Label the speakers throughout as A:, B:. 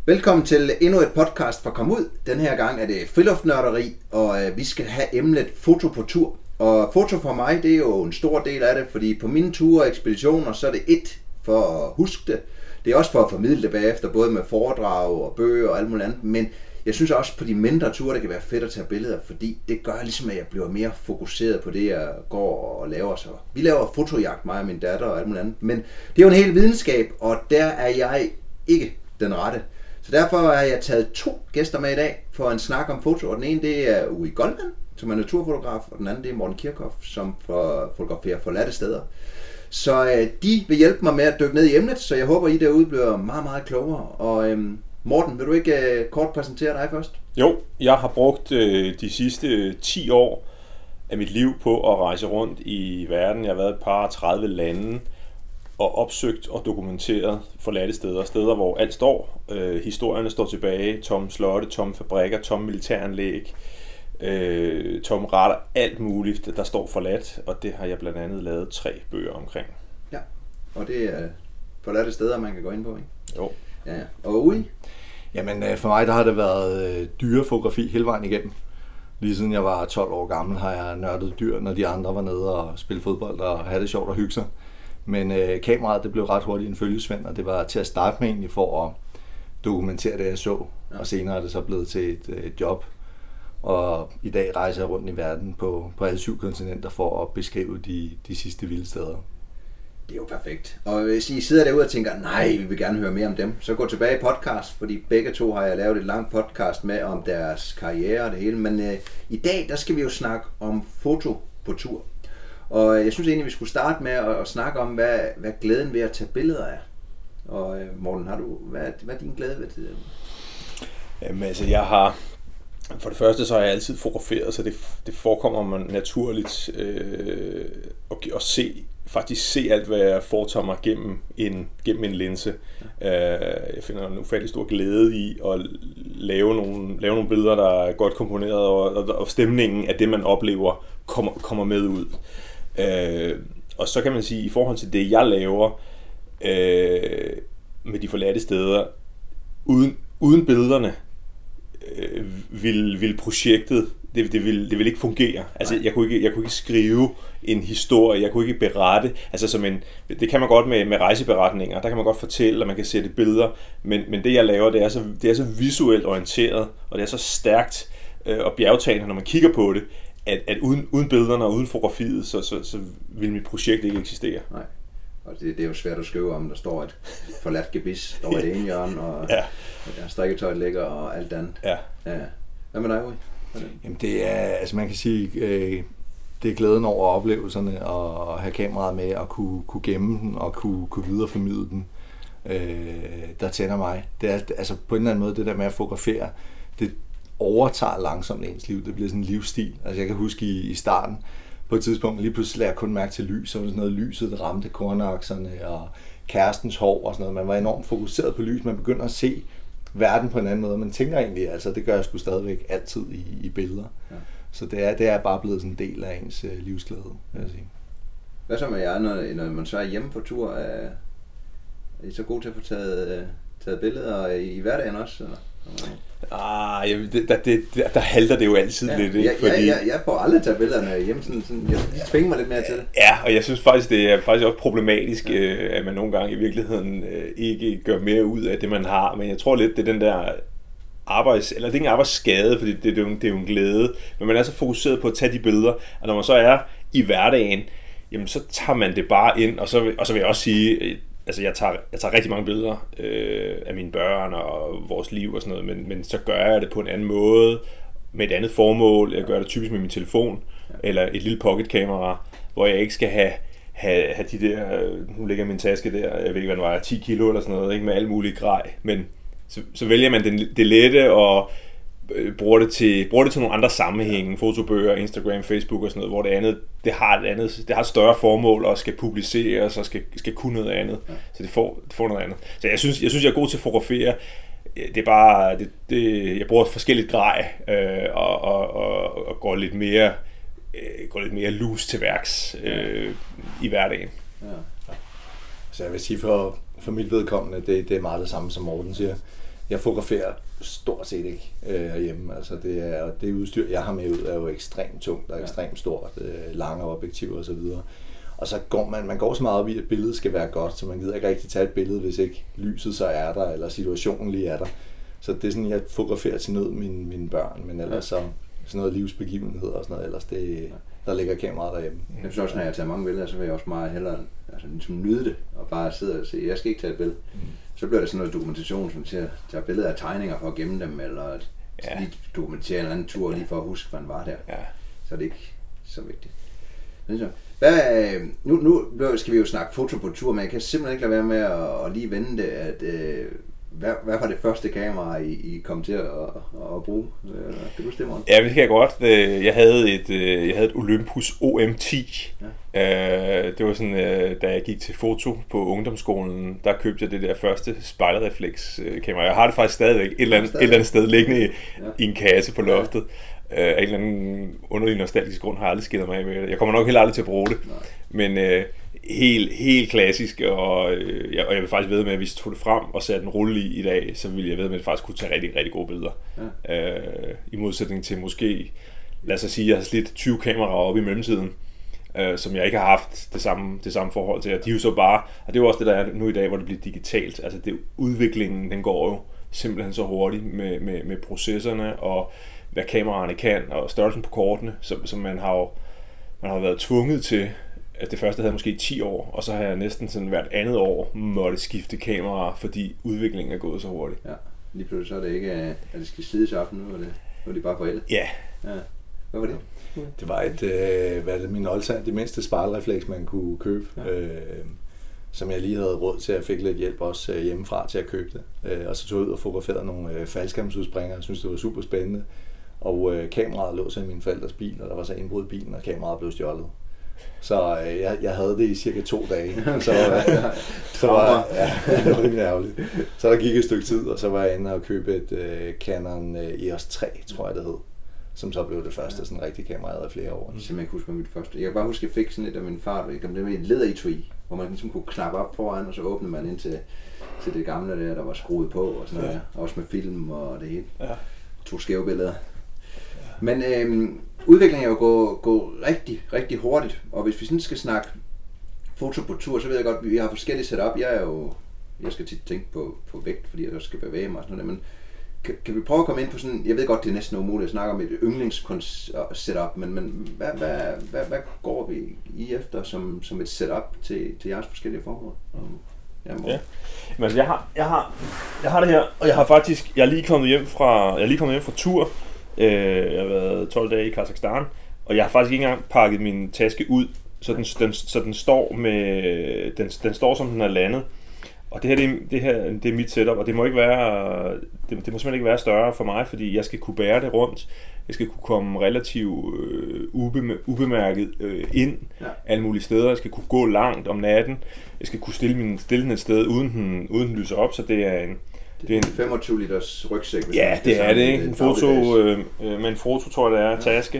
A: Velkommen til endnu et podcast fra Kom Ud. Den her gang er det friluftnørderi, og vi skal have emnet foto på tur. Og foto for mig, det er jo en stor del af det, fordi på mine ture og ekspeditioner, så er det et for at huske det. Det er også for at formidle det bagefter, både med foredrag og bøger og alt muligt andet. Men jeg synes også på de mindre ture, det kan være fedt at tage billeder, fordi det gør ligesom, at jeg bliver mere fokuseret på det, jeg går og laver. Så vi laver fotojagt, mig og min datter og alt muligt andet. Men det er jo en hel videnskab, og der er jeg ikke den rette. Så derfor har jeg taget 2 gæster med i dag for en snak om foto. Og den ene, det er Uri Goldman, som er naturfotograf, og den anden, det er Morten Kirchhoff, som fotograferer forladte steder. Så de vil hjælpe mig med at dykke ned i emnet, så jeg håber, I derude bliver meget, meget klogere. Og Morten, vil du ikke kort præsentere dig først?
B: Jo, jeg har brugt de sidste 10 år af mit liv på at rejse rundt i verden. Jeg har været et par 30 lande og opsøgt og dokumenteret forladte steder. Steder, hvor alt står. Historierne står tilbage. Tomme slotte, tomme fabrikker, tomme militæranlæg, tomme retter, alt muligt, der står forladt. Og det har jeg blandt andet lavet 3 bøger omkring.
A: Ja, og det er forladte steder, man kan gå ind på, ikke?
B: Jo.
A: Ja. Og Uri?
C: Jamen for mig der har det været dyrefotografi hele vejen igennem. Lige siden jeg var 12 år gammel har jeg nørdet dyr, når de andre var nede og spille fodbold og have det sjovt og hygge sig. Men kameraet det blev ret hurtigt en følgesvend, og det var til at starte med egentlig for at dokumentere det jeg så. Ja. Og senere er det så blevet til et job. Og i dag rejser jeg rundt i verden på alle 7 kontinenter for at beskrive de sidste vilde steder.
A: Det er jo perfekt. Og hvis I sidder derude og tænker, nej, vi vil gerne høre mere om dem, så gå tilbage i podcast, fordi begge 2 har jeg lavet et langt podcast med om deres karriere og det hele. Men i dag, der skal vi jo snakke om foto på tur. Og jeg synes egentlig, vi skulle starte med at snakke om, hvad glæden ved at tage billeder er. Og Morten, hvad er din glæde ved det?
B: Jamen altså, jeg har... For det første, så har jeg altid fotograferet, så det forekommer mig naturligt at se alt, hvad jeg foretager mig gennem en linse. Jeg finder en ufattelig stor glæde i at lave nogle billeder, der er godt komponeret, og stemningen af det, man oplever, kommer med ud. Og så kan man sige, i forhold til det, jeg laver med de forladte steder, uden billederne, vil projektet, det vil ikke fungere. Altså, jeg kunne ikke skrive en historie, jeg kunne ikke berette, altså det kan man godt med rejseberetninger, der kan man godt fortælle, og man kan sætte billeder, men det jeg laver, det er så visuelt orienteret, og det er så stærkt og bjergtagende, når man kigger på det, at uden billederne og uden fotografiet, så vil mit projekt ikke eksistere. Nej.
A: Og det er jo svært at skrive om, der står et forladt gebis over det ene hjørne, og ja. Strikketøjet ligger og alt andet. Ja. Hvad med dig, Uri?
C: Jamen det er, altså man kan sige, det er glæden over oplevelserne, og have kameraet med, og kunne gemme den, og kunne videreformidle den, der tænder mig. Det er altså på en eller anden måde, det der med at fotografere, det overtager langsomt ens liv. Det bliver sådan en livsstil. Altså jeg kan huske i starten, på et tidspunkt lige pludselig lagde jeg kun mærke til lys, så var det sådan noget lyset, der ramte kornakserne og kærestens hår og sådan noget. Man var enormt fokuseret på lys, man begynder at se verden på en anden måde. Man tænker egentlig, altså det gør jeg sgu stadigvæk altid i billeder. Ja. Så det er bare blevet sådan en del af ens livsglæde, vil jeg sige.
A: Hvad så med jer, når man så er hjemme på tur? Er I så gode til at få taget billeder i hverdagen også? Eller?
B: Der halter det jo altid lidt, ikke? Fordi...
A: Jeg får aldrig taget billederne hjemme, sådan, jeg tvinger mig lidt mere til det.
B: Ja, og jeg synes faktisk, det er faktisk også problematisk, at man nogle gange i virkeligheden ikke gør mere ud af det, man har. Men jeg tror lidt, det er den der eller det er ikke en arbejdsskade, fordi det er jo en glæde. Men man er så fokuseret på at tage de billeder, og når man så er i hverdagen, jamen så tager man det bare ind, og så vil jeg også sige... Altså jeg tager rigtig mange billeder af mine børn og vores liv og sådan noget, men så gør jeg det på en anden måde, med et andet formål. Jeg gør det typisk med min telefon, eller et lille pocketkamera, hvor jeg ikke skal have de der, nu ligger min taske der, jeg ved ikke hvad den vejer, 10 kilo eller sådan noget, ikke, med alle mulige grej, men så vælger man det lette og bruger det til nogle andre sammenhænge, fotobøger, Instagram, Facebook og sådan noget, hvor det har et større formål og skal publiceres og skal kunne noget andet, så det får noget andet. Så jeg synes jeg er god til at fotografere. Det er bare jeg bruger forskelligt grej og går lidt mere loose til værks i hverdagen.
C: Ja. Så jeg vil sige for mit vedkommende, det er meget det samme som Morten siger. Jeg fotograferer stort set ikke herhjemme. Altså det udstyr, jeg har med ud, er jo ekstremt tungt og ekstremt stort, lange objektiver og så videre. Og så går man går så meget op i, at billedet skal være godt, så man gider ikke rigtig tage et billede, hvis ikke lyset så er der, eller situationen lige er der. Så det er sådan, jeg fotograferer til nød mine børn, men ellers så sådan noget livsbegivenhed og sådan noget, ellers der ligger kameraet derhjemme.
A: Jeg synes også, når jeg tager mange billeder, så vil jeg også meget hellere ligesom nyde det, og bare sidde og se, jeg skal ikke tage et billede. Så bliver det sådan noget dokumentation, som siger, tager billeder af tegninger for at gemme dem, eller lige dokumentere en anden tur, lige for at huske, hvordan var der. Ja. Så er det ikke så vigtigt. Nu skal vi jo snakke foto på tur, men jeg kan simpelthen ikke lade være med at lige vende det, at hvad var det første kamera, I kom til at bruge? Det kunne stemme.
B: Ja, det kan jeg godt. Jeg havde et Olympus OM10. Ja. Det var sådan, da jeg gik til foto på ungdomsskolen, der købte jeg det der første spejlereflekskamera. Jeg har det faktisk stadigvæk et eller andet sted liggende i en kasse på loftet. Af en eller anden underlig nostalgisk grund har jeg aldrig skilt mig af med det. Jeg kommer nok heller aldrig til at bruge det. Nej. Men helt klassisk, og jeg vil faktisk ved med, at hvis jeg tog det frem og satte en rulle i dag, så ville jeg ved med, at det faktisk kunne tage rigtig, rigtig gode billeder. Ja. I modsætning til måske, lad os sige, jeg har slidt 20 kameraer op i mellemtiden, som jeg ikke har haft det samme forhold til. Og de er jo så bare, og det er jo også det, der er nu i dag, hvor det bliver digitalt. Altså udviklingen, den går jo simpelthen så hurtigt med processorerne, og hvad kameraerne kan, og størrelsen på kortene, som man har været tvunget til, at det første havde måske 10 år, og så har jeg næsten sådan hvert andet år måtte skifte kamera, fordi udviklingen er gået så hurtigt.
A: Ja, lige pludselig så er det ikke, at det skal slides op nu, nu er det bare forældet.
B: Ja.
A: Hvad var det?
C: Det var min Olsan, det mindste spejlrefleks, man kunne købe, som jeg lige havde råd til. Jeg fik lidt hjælp også hjemmefra til at købe det. Og så tog jeg ud og fotograferede nogle faldskærmsudspringere. Jeg synes, det var super spændende. Og kameraet lå så i min forældres bil, og der var så indbrud i bilen, og kameraet blev stjålet. Så jeg havde det i cirka 2 dage. Så var det var lidt ærgerligt. Så der gik et stykke tid, og så var jeg inde og købe et Canon EOS 3, tror jeg det hed. Som så blev det første sådan rigtig kamera, jeg havde flere år.
A: Jeg kan huske mit første. Jeg kan bare huske, at jeg fik sådan et af min far, det med et læderetui, hvor man ligesom kunne knappe op foran, og så åbnede man ind til det gamle der var skruet på, og sådan noget. Også med film og det hele. Ja. 2 skæve billeder. Men udviklingen er jo gået rigtig, rigtig hurtigt, og hvis vi sådan skal snakke foto på tur, så ved jeg godt, at vi har forskellige setup. Jeg skal tit tænke på vægt, fordi jeg også skal bevæge mig og sådan noget, men kan vi prøve at komme ind på sådan, jeg ved godt, det er næsten umuligt at snakke om et yndlingssetup, men hvad går vi i efter som et setup til jeres forskellige formål?
B: Ja. Men altså, jeg har det her, og jeg er lige kommet hjem fra tur. Jeg har været 12 dage i Kazakhstan, og jeg har faktisk ikke engang pakket min taske ud, så den står den står som den er landet. Og det her er mit setup, og det må simpelthen ikke være større for mig, fordi jeg skal kunne bære det rundt. Jeg skal kunne komme relativt ubemærket ind alle mulige steder. Jeg skal kunne gå langt om natten. Jeg skal kunne stille den et sted uden den lyser op, så det er en...
A: Det er en 25 liters rygsæk.
B: Ja, det er det, ikke? En foto med en foto, tror jeg, det er, taske.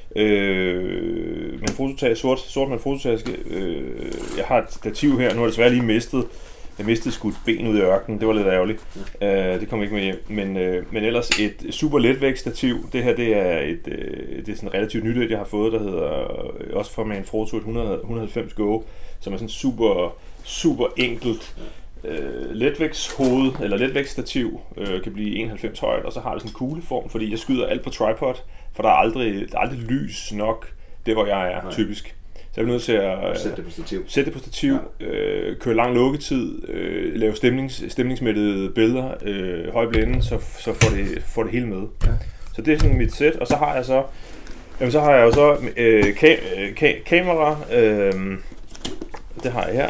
B: Med en fototaske, sort med en fototaske. Jeg har et stativ her, nu har jeg desværre lige mistet. Jeg mistede skudt ben ud i ørkenen, det var lidt ærgerligt. Det kom ikke med hjem. Men ellers et super letvægtstativ. Det her, det er sådan relativt nyt, jeg har fået, der hedder også fra med en Foto 190 Go, som er sådan super enkelt. Letvægtshoved eller letvægtsstativ kan blive 91 højt, og så har det sådan en kugleform, fordi jeg skyder alt på tripod, for der er aldrig lys nok, det hvor jeg er typisk. Så jeg er nødt til at sætte det på stativ, køre lang lukketid, lave stemningsmættede billeder, høj blænde, så får det hele med. Ja. Så det er sådan mit sæt, og så har jeg jo kamera, det har jeg her.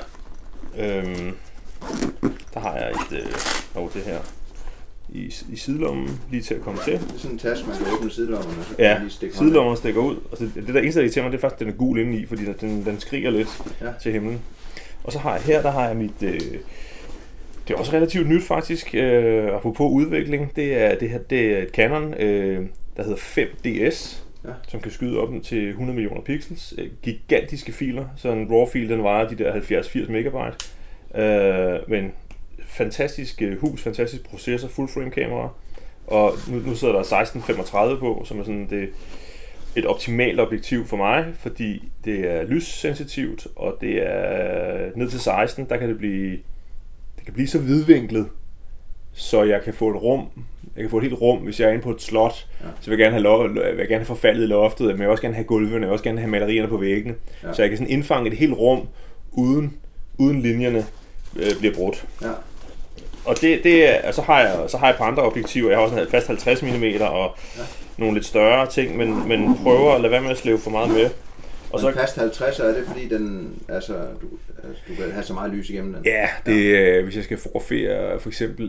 B: Der har jeg det her i sidelommen, lige til at komme til.
A: Det er sådan en taske, man kan åbne sidelommen, og så
B: kan lige stikke sidelommen stikker ud. Og så det der eneste, der irriterer mig, det er faktisk, at den er gul indeni, fordi den skriger lidt til himlen. Og så har jeg der har jeg mit... det er også relativt nyt faktisk, apropos udvikling. Det er et Canon, der hedder 5DS, som kan skyde op til 100 millioner pixels. Gigantiske filer, så en RAW-fil, den vejer de der 70-80 megabyte. Men fantastisk hus, fantastisk processor, full frame kamera, og nu sidder der 1635 på, som er sådan et optimalt objektiv for mig, fordi det er lyssensitivt, og det er ned til 16, der kan det kan blive så vidvinklet, så jeg kan få et helt rum, hvis jeg er inde på et slot, så vil jeg gerne have forfaldet i loftet, men jeg vil også gerne have gulvene, jeg vil også gerne have malerierne på væggene, så jeg kan sådan indfange et helt rum, uden linjerne bliver brudt. Ja. Og så har jeg et par andre objektiver. Jeg har også en fast 50 mm og nogle lidt større ting, men prøver at lade være med at slæve for meget med.
A: Og så fast 50, er det fordi den, du kan have så meget lys igennem den?
B: Ja, hvis jeg skal fotografere for eksempel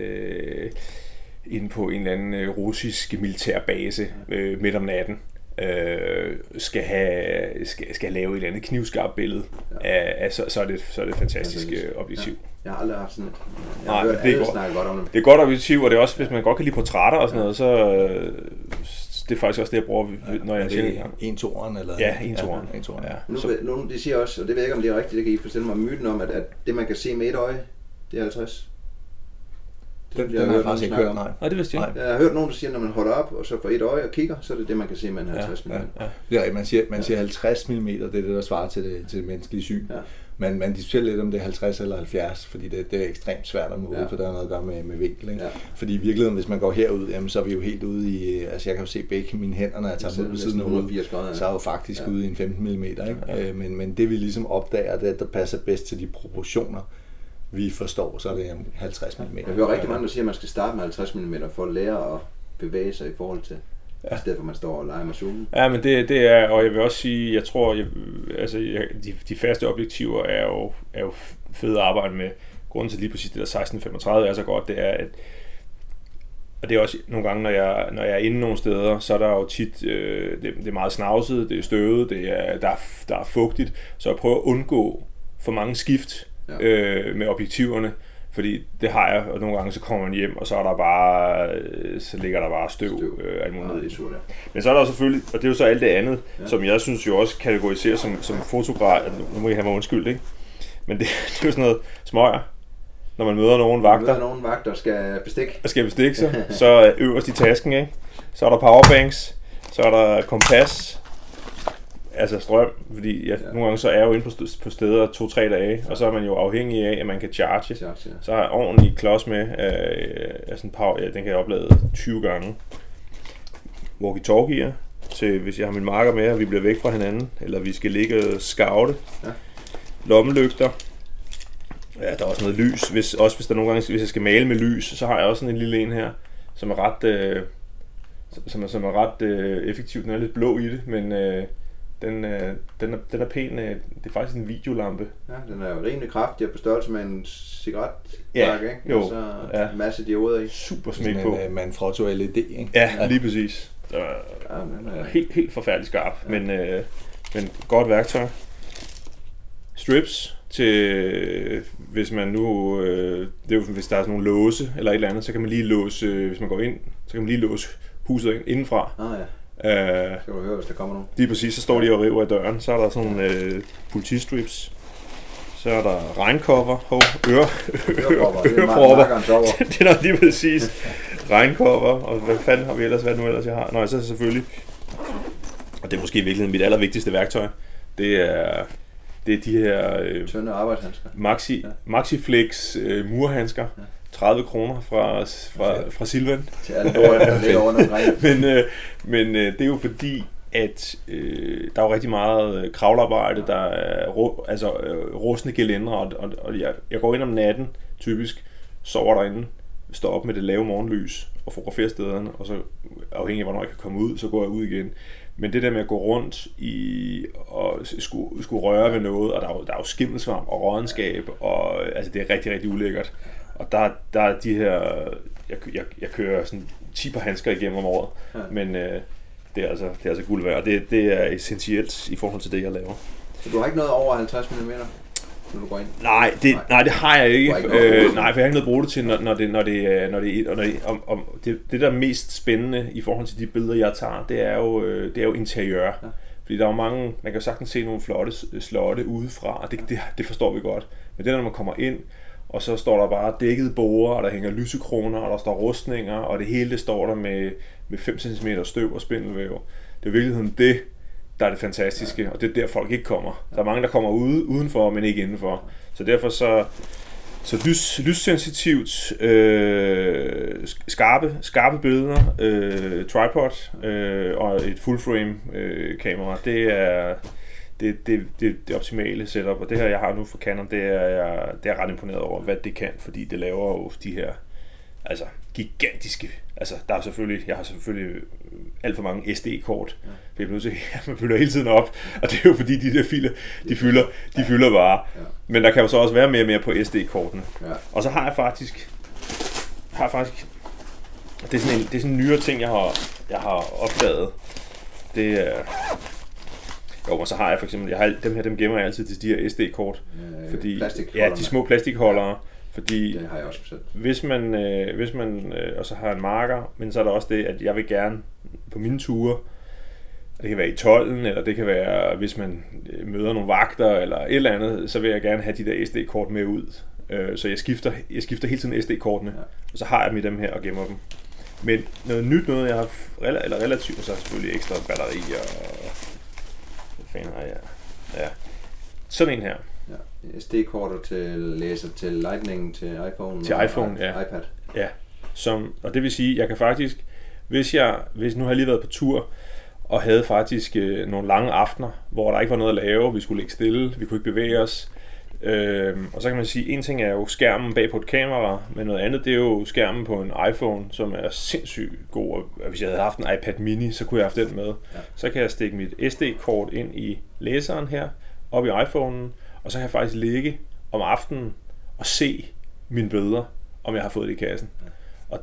B: inde på en eller anden russisk militærbase midt om natten, skal lave et eller andet knivskarpt billede, så er det et fantastisk objektiv.
A: Jeg har aldrig haft sådan et. Jeg har hørt alle snakke godt om det.
B: Det er et godt objektiv, og det er også, hvis man godt kan lide portrætter og sådan noget, så det er faktisk også det, jeg bruger, når jeg
C: tænker gang. 1-2'eren eller?
B: Ja, 1-2'eren.
A: Ja. Nu, de siger også, og det ved jeg ikke, om det er rigtigt, det kan I fortælle mig myten om, at det, man kan se med et øje, det er 50.
C: Den har jeg faktisk ikke hørt, nej.
B: Det vidste jeg ikke.
A: Jeg har hørt nogen, der siger, når man holder op, og så får et øje og kigger, så er det det, man kan se med en 50 mm.
C: Ja, man siger 50 mm, det er det, der svarer til det menneskelige syn. Ja. Men man diskuterer lidt om det er 50 eller 70, fordi det er ekstremt svært at måle, for der er noget at gøre med vinkel. Ikke? Ja. Fordi i virkeligheden, hvis man går herud, jamen, så er vi jo helt ude i, altså jeg kan jo se begge mine hænder, når jeg tager dem ved siden af hovedet, så er jeg jo faktisk ude i en 15 mm. Ikke? Ja. Men det vi ligesom opdager, det er, at der passer bedst til de proportioner, vi forstår, så er det 50 mm.
A: Jeg hører rigtig mange, der siger, at man skal starte med 50 mm for at lære at bevæge sig i forhold til, i stedet for at man står og leger med zoomen.
B: Ja, men det er, og jeg vil også sige, jeg tror, de faste objektiver er jo fede at arbejde med. Grunden til lige præcis det der 1635 er så godt, det er, at og det er også nogle gange, når jeg er inde nogle steder, så er der jo tit, det er meget snavset, det er støvet, der er fugtigt, så jeg prøver at undgå for mange skift med objektiverne, fordi det har jeg, og nogle gange så kommer man hjem, og så ligger der bare støv alt muligt. Men så er der selvfølgelig, og det er jo så alt det andet, som jeg synes jo også kategoriserer som fotograf. Nu må I have mig undskyldt, ikke? Men det er jo sådan noget smøger, når man møder nogle vagter.
A: Skal
B: bestikke sig, så øverst i tasken, ikke? Så er der powerbanks, så er der kompas, altså strøm, fordi nogle gange så er jeg jo inde på steder 2-3 dage, og så er man jo afhængig af, at man kan charge. Så har jeg ordentlig klods med, sådan en power, den kan jeg oplade 20 gange. Walkie-talkier, til hvis jeg har min marker med, og vi bliver væk fra hinanden, eller vi skal ligge og scoute. Lommelygter. Ja, der er også noget lys. Hvis der nogle gange, hvis jeg skal male med lys, så har jeg også sådan en lille en her, som er ret effektiv. Den er lidt blå i det, men den er pæn. Det er faktisk en videolampe.
A: Ja, den er jo rimelig kraftig og på størrelse med en cigaretpakke, ikke?
B: Jo.
A: Og så en masse dioder i.
B: Super smæk på.
C: Med en Manfrotto LED, ikke?
B: Ja, lige præcis. Helt forfærdeligt skarp, men godt værktøj. Strips til, hvis man nu, det er jo, hvis der er sådan nogle låse eller et eller andet, så kan man lige låse, hvis man går ind, så kan man lige låse huset ind indenfra.
A: Skal du høre, hvis der kommer nogen?
B: Lige præcis, så står de og river i døren. Så er der sådan politistrips. Så er der regnkopper. Ørepropper. Det er nok lige præcis. Regnkopper. Og hvad fanden har vi ellers, hvad nu ellers jeg har? Nå, så selvfølgelig, og det er måske i virkeligheden mit allervigtigste værktøj, det er de her
A: tynde arbejdshandsker.
B: Maxiflex murhandsker. 30 kroner fra Silvan.
A: Til alle der ligger rundt omkring.
B: Men det er jo fordi, at der er jo rigtig meget kravlearbejde, der er rustne gelændere, og jeg går ind om natten, typisk, sover derinde, står op med det lave morgenlys og fotograferer stederne, og så afhængig af, hvornår jeg kan komme ud, så går jeg ud igen. Men det der med at gå rundt og skulle røre ved noget, og der er jo skimmelsvamp og rådenskab, og altså det er rigtig, rigtig ulækkert. Og der er de her, jeg kører sådan 10 par handsker igennem om året, men det er altså guld værd, og det er essentielt i forhold til det, jeg laver.
A: Så du har ikke noget over 50 mm, når du går ind?
B: Nej, det har jeg ikke. Nej, for jeg har ikke noget at bruge det til, det der er mest spændende i forhold til de billeder, jeg tager, det er jo interiør. Ja. Fordi der er jo mange, man kan jo sagtens se nogle flotte slotte udefra, og det forstår vi godt. Men det når man kommer ind, og så står der bare dækkede borer, og der hænger lysekroner, og der står rustninger, og det hele det står der med 5 cm støv og spindelvæv. Det er i virkeligheden det, der er det fantastiske, og det er der folk ikke kommer. Der er mange, der kommer udenfor, men ikke indenfor. Så derfor så lyssensitivt, skarpe billeder, tripod og et full frame kamera, det er det optimale setup, og det her jeg har nu for Canon, det er jeg ret imponeret over, hvad det kan, fordi det laver jo de her altså gigantiske, altså der er selvfølgelig, jeg har selvfølgelig alt for mange SD-kort, for jeg bliver nødt til, man fylder hele tiden op, og det er jo fordi de der filer, de fylder bare, men der kan jo så også være mere og mere på SD-kortene, og så har jeg faktisk, det er sådan en nyere ting, jeg har opdaget, det er, og så har jeg for eksempel, dem gemmer jeg altid til de her SD-kort, fordi, de små plastikholdere, fordi
A: det har jeg også set.
B: Hvis man og så har en marker, men så er der også det, at jeg vil gerne på mine ture, det kan være i tolden, eller det kan være, hvis man møder nogle vagter, eller et eller andet, så vil jeg gerne have de der SD-kort med ud. Så jeg skifter hele tiden SD-kortene, og så har jeg dem her og gemmer dem. Men noget nyt, noget jeg har relativt, og så selvfølgelig ekstra batterier og hvad fanden har jeg? Ja. Sådan en her.
A: Ja. SD-korter til læser til Lightning, til iPhone.
B: Til iPhone, ja.
A: iPad.
B: Ja. Og det vil sige, jeg kan faktisk, hvis nu har jeg lige været på tur, og havde faktisk nogle lange aftener, hvor der ikke var noget at lave, vi skulle ligge stille, vi kunne ikke bevæge os. Og så kan man sige, en ting er jo skærmen bag på et kamera, men noget andet det er jo skærmen på en iPhone, som er sindssygt god. Og hvis jeg havde haft en iPad mini, så kunne jeg have haft den med. Ja. Så kan jeg stikke mit SD-kort ind i læseren her, op i iPhone'en, og så kan jeg faktisk ligge om aftenen og se mine billeder, om jeg har fået det i kassen. Ja. Og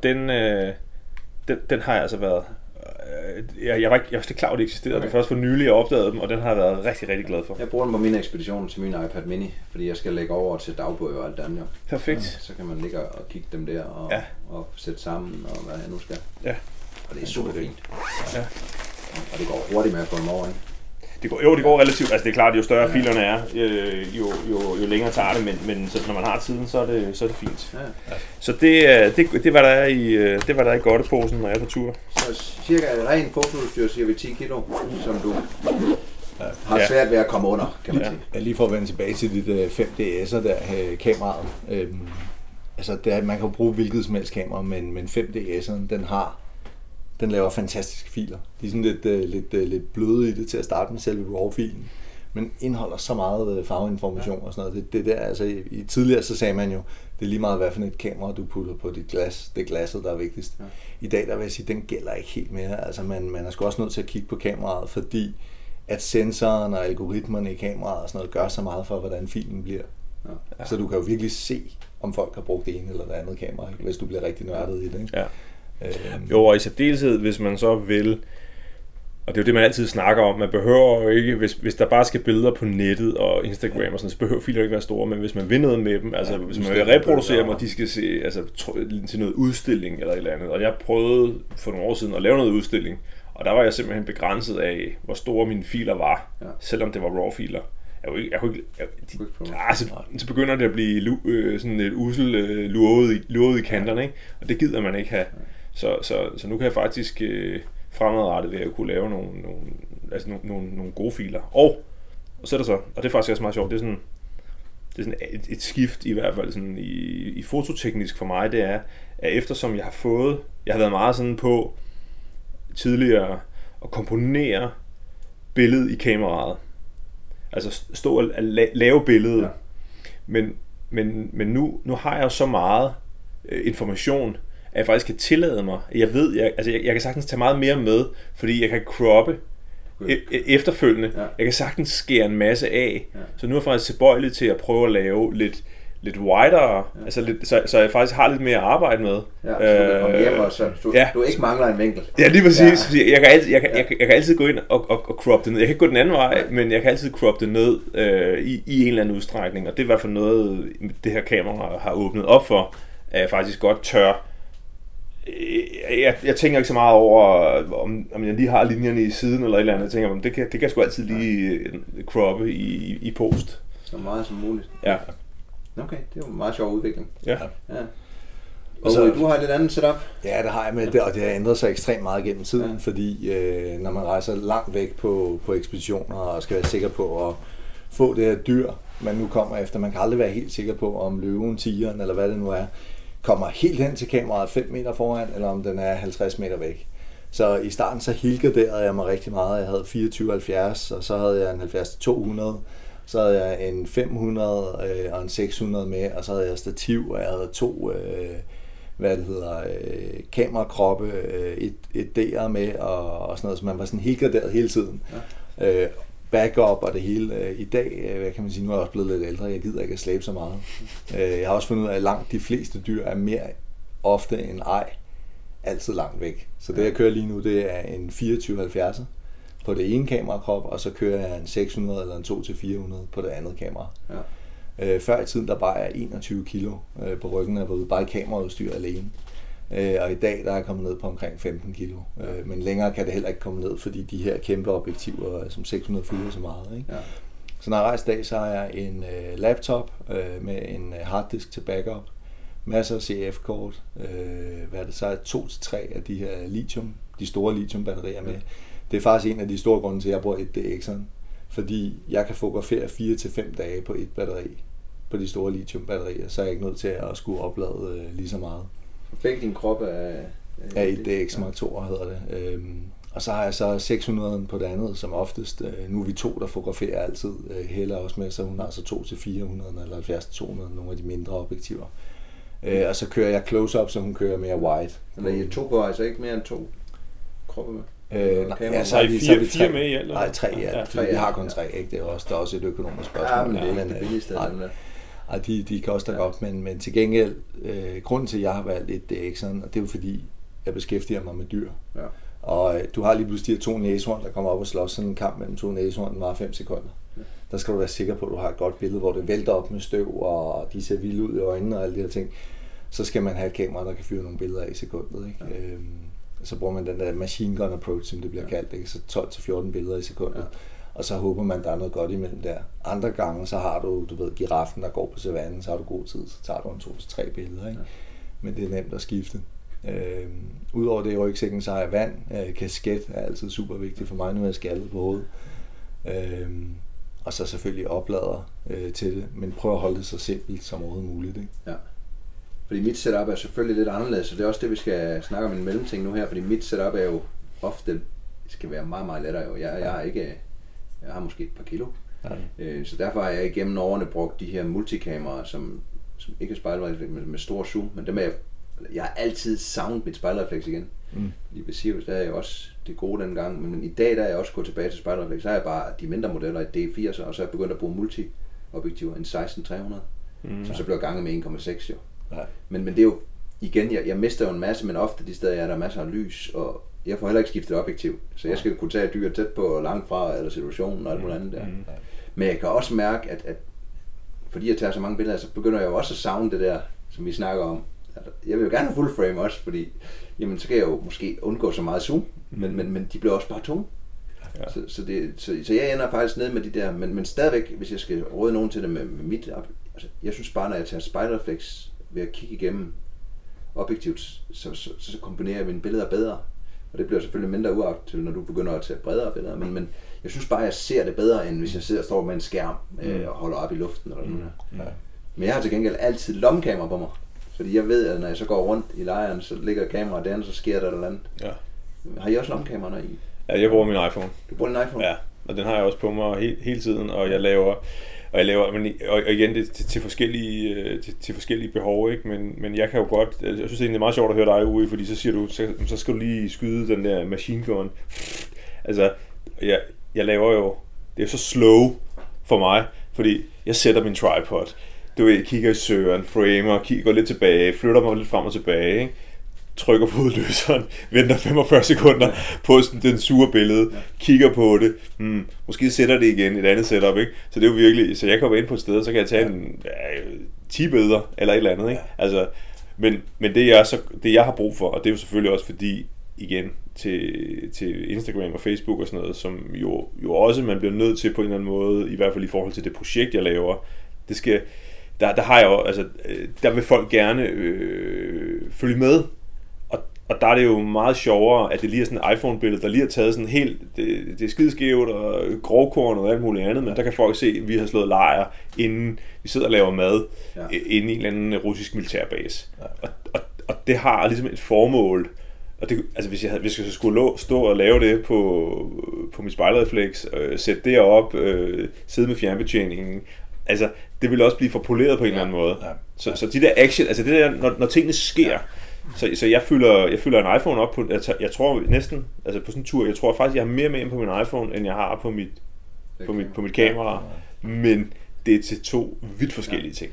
B: den har jeg altså været... Jeg var slet klar over, at det eksisterede. Okay. Det først for nylig, jeg opdagede dem, og den har jeg været rigtig, rigtig glad for.
A: Jeg bruger den på mine ekspeditioner til min iPad mini, fordi jeg skal lægge over til dagbøger og alt andet.
B: Perfekt.
A: Så kan man ligge og kigge dem der og sætte sammen, og hvad jeg nu skal.
B: Ja.
A: Og det er super fint.
B: Ja.
A: Og det går hurtigt med at få dem over, ikke?
B: Det går relativt, altså det er klart, jo større filerne er, jo længere tager det, men så når man har tiden, så er det fint. Ja. Så det var der i godteposen, når jeg er på tur.
A: Så cirka ren fotoudstyr, siger vi 10 kilo, som du har svært ved at komme under, kan man sige.
C: Ja, lige for at vende tilbage til dit 5DS'er der, kameraet. Altså man kan bruge hvilket som helst kamera, men 5DS'eren, den laver fantastiske filer. De er sådan lidt bløde i det til at starte med selve RAW-filen, men indeholder så meget farveinformation og sådan noget. Det der, altså i tidligere så sagde man jo, det er lige meget hvad for et kamera du putter på dit glas, det er glasset der er vigtigst. Ja. I dag der vil jeg sige, den gælder ikke helt mere. Altså man er sgu også nødt til at kigge på kameraet, fordi at sensoren og algoritmerne i kameraet og sådan noget gør så meget for hvordan filen bliver. Ja. Så du kan jo virkelig se om folk har brugt det ene eller det andet kamera, hvis du bliver rigtig nørdet i det, ikke?
B: Ja. Jo, og i særdeleshed, hvis man så vil, og det er jo det, man altid snakker om, man behøver jo ikke, hvis der bare skal billeder på nettet og Instagram og sådan, så behøver filer ikke være store, men hvis man vil noget med dem, altså hvis man vil reproducere dem, og de skal se til noget udstilling eller et eller andet, og jeg prøvede for nogle år siden at lave noget udstilling, og der var jeg simpelthen begrænset af, hvor store mine filer var, selvom det var RAW-filer. Så begynder det at blive sådan lidt luret i kanterne, ikke? Og det gider man ikke have. Så nu kan jeg faktisk fremadrettet ved at kunne lave nogle gode filer. Og så er der så, og det er faktisk også meget sjovt, det er sådan et skift i hvert fald sådan i fototeknisk for mig, det er, at eftersom jeg har været meget sådan på tidligere at komponere billedet i kameraet. Altså stå og lave billedet. Ja. Men nu har jeg jo så meget information, at jeg faktisk kan tillade mig. Jeg kan sagtens tage meget mere med, fordi jeg kan croppe efterfølgende. Ja. Jeg kan sagtens skære en masse af. Ja. Så nu er jeg faktisk tilbøjelig til at prøve at lave lidt widere, altså så jeg faktisk har lidt mere at arbejde med.
A: Ja, så du kan komme hjem, og så du ikke mangler en vinkel.
B: Ja, lige præcis. Ja. Jeg kan altid gå ind og crop det ned. Jeg kan ikke gå den anden vej, men jeg kan altid crop det ned i en eller anden udstrækning, og det er i hvert fald noget, det her kamera har åbnet op for, at jeg faktisk godt tør. Jeg tænker ikke så meget over, om jeg lige har linjerne i siden eller et eller andet. Jeg tænker, det kan jeg sgu altid lige croppe i post.
A: Så meget som muligt.
B: Ja.
A: Okay, det er jo en meget sjov udvikling.
B: Ja.
A: Og så, du har et lidt andet setup?
C: Ja, det har jeg med det, og det har ændret sig ekstremt meget gennem tiden, fordi når man rejser langt væk på ekspeditioner og skal være sikker på at få det her dyr, man nu kommer efter, man kan aldrig være helt sikker på, om løven, tigeren eller hvad det nu er, kommer helt hen til kameraet 5 meter foran, eller om den er 50 meter væk. Så i starten så hilgarderede jeg mig rigtig meget. Jeg havde 24-70, og så havde jeg en 70-200, så havde jeg en 500 og en 600 med, og så havde jeg stativ, og jeg havde 2 kamerakroppe, et DR med, og sådan noget, så man var sådan hilgarderet hele tiden. Ja. Backup og det hele. I dag, hvad kan man sige, nu er jeg også blevet lidt ældre, jeg gider ikke at slæbe så meget. Jeg har også fundet ud af, at langt de fleste dyr er mere ofte end ej, altid langt væk. Så det jeg kører lige nu, det er en 24-70 på det ene kamerakrop, og så kører jeg en 600 eller en 2-400 på det andet kamera. Ja. Før i tiden, der bare er 21 kilo på ryggen, og jeg var ude bare i kameraudstyr alene. Og i dag, der er jeg kommet ned på omkring 15 kilo. Men længere kan det heller ikke komme ned, fordi de her kæmpe objektiver, som 600 fylder så meget. Ikke? Ja. Så når jeg rejser dag, så har jeg en laptop med en harddisk til backup, masser af CF-kort, så er 2-3 af de her lithium, de store lithium-batterier med. Det er faktisk en af de store grunde til, at jeg bruger et DX'eren, fordi jeg kan fotografere 4-5 dage på et batteri, på de store lithium-batterier, så er jeg ikke nødt til at skulle oplade lige så meget.
A: Begge dine kroppe er
C: et DX Mark II hedder det. Og så har jeg så 600'en på det andet, som oftest. Nu er vi 2, der fotograferer altid. Helle er også med, så hun har så 2-400 eller 70-200, nogle af de mindre objektiver. Og så kører jeg close-up, så hun kører mere wide.
A: Eller I er 2 på, altså ikke mere end 2 kroppe med?
B: Ja, så er vi 4 med i alt?
C: Nej, 3 i alt. Ja, vi har kun 3, ikke? Det er også et økonomisk spørgsmål.
A: Ja, men det er ikke det billigste af dem der.
C: Og de koster godt, men til gengæld, grunden til, at jeg har valgt et DX'eren, og det er jo fordi, jeg beskæftiger mig med dyr. Ja. Og du har lige pludselig de her 2 næsehorn, der kommer op og slås sådan en kamp mellem 2 næsehorn, den varer 5 sekunder. Ja. Der skal du være sikker på, at du har et godt billede, hvor det vælter op med støv, og de ser vilde ud i øjnene og alle de her ting. Så skal man have et kamera, der kan fyre nogle billeder af i sekundet. Ikke? Ja. Så bruger man den der machine gun approach, som det bliver kaldt, ikke? Så 12-14 billeder i sekundet. Ja. Og så håber man, der er noget godt imellem der. Andre gange, så har du ved, giraffen, der går på savannen, så har du god tid, så tager du en 2-3 billeder. Ikke? Ja. Men det er nemt at skifte. Udover det i rygsækken, så har jeg vand. Kasket er altid super vigtigt for mig, nu er jeg skaldet på hovedet. Og så selvfølgelig oplader til det, men prøv at holde det så simpelt som overhovedet muligt. Ikke?
A: Ja. Fordi mit setup er selvfølgelig lidt anderledes, så det er også det, vi skal snakke om en mellemting nu her, fordi mit setup er jo ofte, det skal være meget, meget lettere jo. Jeg har måske et par kilo, så derfor har jeg igennem årene brugt de her multikameraer, som ikke er spejlrefleks med stor zoom, men dem er jeg har altid savnet mit spejlrefleks igen. Fordi ved Sirius, der er jeg også det gode dengang, men i dag der er jeg også gået tilbage til spejlrefleks, så har jeg bare de mindre modeller i D80, og så er jeg begyndt at bruge multi-objektiver, en 16-300, som så bliver ganget med 1,6 jo. Ja. Men det er jo, igen, jeg mister jo en masse, men ofte de steder, der er masser af lys, og jeg får heller ikke skiftet objektiv, så jeg skal kunne tage dyr tæt på og langt fra, eller situationen og alt muligt andet der. Men jeg kan også mærke, at fordi jeg tager så mange billeder, så begynder jeg jo også at savne det der, som vi snakker om. Jeg vil jo gerne have full frame også, fordi jamen, så kan jeg jo måske undgå så meget zoom, men de bliver også bare tunge. Ja. Så jeg ender faktisk ned med de der, men stadigvæk, hvis jeg skal råde nogen til det med mit, altså, jeg synes bare, når jeg tager spejlrefleks ved at kigge igennem objektivt, så kombinerer jeg mine billeder bedre. Og det bliver selvfølgelig mindre uaktuelt, når du begynder at tage bredere billeder, men jeg synes bare, at jeg ser det bedre, end hvis jeg sidder og står med en skærm og holder op i luften. Eller sådan noget. Men jeg har til gengæld altid lommekamera på mig, fordi jeg ved, at når jeg så går rundt i lejren, så ligger kameraet derinde, så sker der et eller andet. Ja. Har I også lommekameraer i?
B: Ja, jeg bruger min iPhone.
A: Du bruger din iPhone?
B: Ja, og den har jeg også på mig hele tiden, og jeg laver, og igen, det til forskellige behov, ikke? Men jeg kan jo godt, jeg synes egentlig, det er meget sjovt at høre dig ude, fordi så siger du, så skal du lige skyde den der machine gun. Altså, jeg laver jo, det er så slow for mig, fordi jeg sætter min tripod, du ved, kigger i søgeren, framer, går lidt tilbage, flytter mig lidt frem og tilbage, ikke? Trykker på udløseren, venter 45 sekunder på den sure billede, kigger på det, måske sætter det igen et andet setup, ikke? Så det er jo virkelig, så jeg kommer ind på et sted, så kan jeg tage 10 billeder eller et eller andet, ikke? Altså, men det jeg har brug for, og det er jo selvfølgelig også fordi, igen, til Instagram og Facebook og sådan noget, som jo også man bliver nødt til på en eller anden måde, i hvert fald i forhold til det projekt, jeg laver, der har jeg jo, altså, der vil folk gerne følge med. Og der er det jo meget sjovere, at det lige er sådan et iPhone-billede, der lige er taget sådan helt, det er skideskævt og grovkorn og alt muligt andet, men der kan folk se, at vi har slået lejr, inden vi sidder og laver mad, inde i en eller anden russisk militærbase. Ja. Og det har ligesom et formål. Og det, altså hvis jeg så skulle stå og lave det på mit spejlrefleks, sætte det op, sidde med fjernbetjeningen, altså det ville også blive for poleret på en eller anden måde. Ja. Så de der action, altså det der, når tingene sker, så jeg fylder en iPhone op på, jeg tror næsten, altså på sådan en tur, jeg tror faktisk, jeg har mere med ind på min iPhone, end jeg har på mit kamera, men det er til 2 vidt forskellige ting.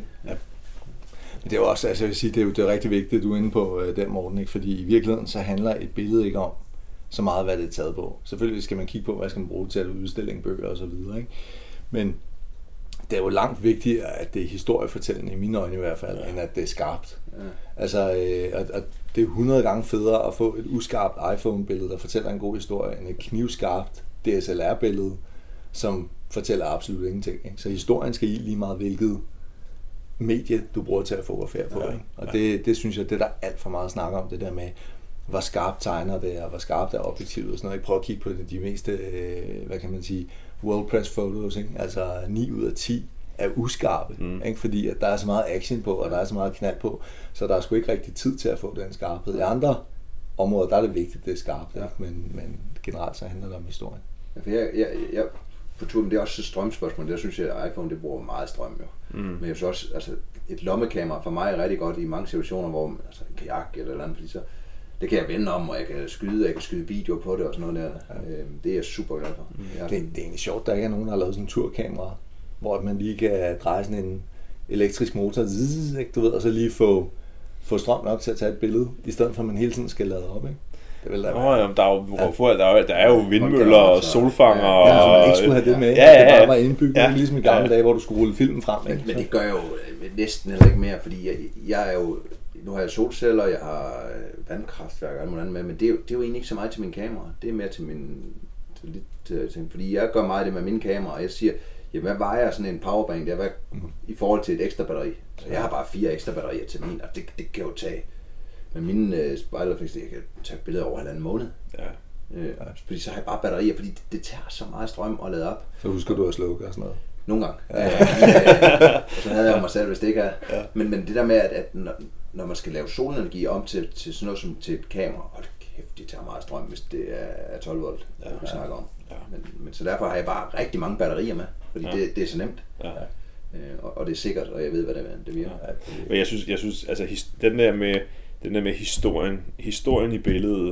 C: Det er jo også, altså jeg vil sige, det er rigtig vigtigt, at du er inde på den, Morten, ikke? Fordi i virkeligheden så handler et billede ikke om så meget, hvad det er taget på. Selvfølgelig skal man kigge på, hvad skal man bruge til at udstilling, bøger og så videre, ikke? Men det er jo langt vigtigere, at det er historiefortællende, i mine øjne i hvert fald, end at det er skarpt. Ja. Altså, og det er 100 gange federe at få et uskarpt iPhone-billede, der fortæller en god historie, end et knivskarpt DSLR-billede, som fortæller absolut ingenting. Ikke? Så historien skal i lige meget, hvilket medie du bruger til at fotografere på. Ikke? Og det synes jeg, det er der alt for meget snak om, det der med, hvor skarpt tegner det, og hvor skarpt er objektivet og sådan noget. Jeg prøver at kigge på de meste, hvad kan man sige, world press photos, ikke? Altså 9 ud af 10 er uskarpe, ikke? Fordi at der er så meget action på, og der er så meget knald på, så der er sgu ikke rigtig tid til at få den skarphed. I andre områder, der er det vigtigt, det er skarpt, ja. Men generelt så handler det om historien.
A: Ja, for jeg på turen, det er også et strømspørgsmål. Der synes jeg, at iPhone det bruger meget strøm jo. Men jeg synes også, altså et lommekamera for mig er rigtig godt i mange situationer, hvor altså en kajak eller andet, fordi så det kan jeg vende om, og jeg kan skyde video på det og sådan noget der. Det er jeg super glad for.
C: Det er egentlig sjovt, der ikke er nogen, der har lavet sådan en turkamera, hvor man lige kan dreje sådan en elektrisk motor, ikke, du ved, og så lige få strøm nok til at tage et billede, i stedet for at man hele tiden skal lade op, ikke? Det vil
B: der er jo vindmøller og solfanger.
C: Ja, så man ikke skulle have det med. Det bare var indbygget, ligesom i gamle dage, hvor du skulle rulle filmen frem. Ikke?
A: Men det gør jeg jo næsten heller ikke mere, fordi jeg er jo, nu har jeg solceller, jeg har vandkraftværk og alt muligt andet med, men det er jo egentlig ikke så meget til min kamera. Det er mere til fordi jeg gør meget det med mine kamera, og jeg siger, hvad vejer sådan en powerbank der i forhold til et ekstra batteri? Så jeg har bare 4 ekstra batterier til min, og det kan jo tage. Men mine spejlerfix, jeg kan tage billeder over 1,5 måned. Fordi så har jeg bare batterier, fordi det tager så meget strøm at lade op.
C: Så husker du at slukke og sådan noget?
A: Nogle gange. Så havde jeg mig selv, hvis det ikke er. Ja. Men det der med, at når man skal lave solenergi om til sådan noget som til et kamera, hold kæft, det tager meget strøm, hvis det er 12 volt, vi snakker om. Ja. Men så derfor har jeg bare rigtig mange batterier med, fordi det er så nemt. Ja. Og det er sikkert, og jeg ved, hvad det virker. Ja.
B: Men jeg synes altså den der med historien i billedet,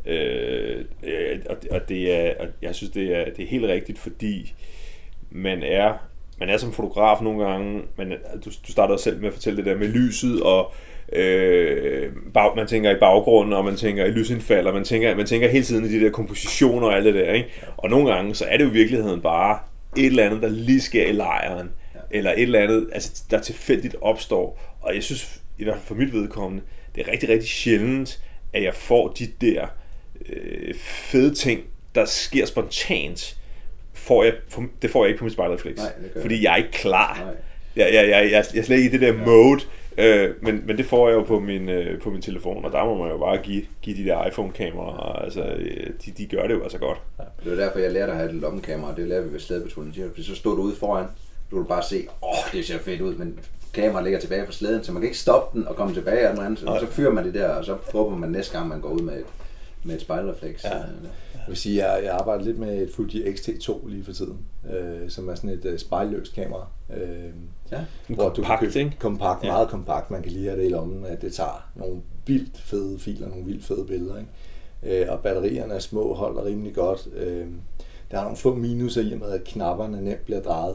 B: og jeg synes det er helt rigtigt, fordi man er som fotograf nogle gange, du starter selv med at fortælle det der med lyset, og man tænker i baggrunden, og man tænker i lysindfald, og man tænker hele tiden i de der kompositioner og alt det der, ikke? Og nogle gange, så er det jo i virkeligheden bare et eller andet, der lige sker i lejren, eller et eller andet, altså, der tilfældigt opstår, og jeg synes, i hvert fald for mit vedkommende, det er rigtig, rigtig sjældent, at jeg får de der fede ting, der sker spontant, det får jeg ikke på mit spejlrefleks, fordi jeg er ikke klar. Jeg er slet ikke i det der mode, men det får jeg jo på min telefon, og der må man jo bare give de der iPhone-kameraer, altså de gør det jo altså godt.
A: Det var derfor, jeg lærte at have et lommekamera, det lærte vi ved slædepatruljen, fordi så stod du ude foran, du ville bare se, det ser fedt ud, men kameraet ligger tilbage fra slæden, så man kan ikke stoppe den og komme tilbage og andet, så fyrer man det der, og så håber man næste gang, man går ud med et spejlrefleks. Ja.
C: Jeg vil sige, jeg arbejder lidt med et Fuji X-T2 lige for tiden, som er sådan et spejlløst kamera. Hvor
B: kompakt, ikke?
C: Kompakt, meget kompakt. Man kan lige have det i lommen, at det tager nogle vildt fede filer, nogle vildt fede billeder. Ikke? Og batterierne er små, holder rimelig godt. Der er nogle få minuser i og med, at knapperne nemt bliver drejet.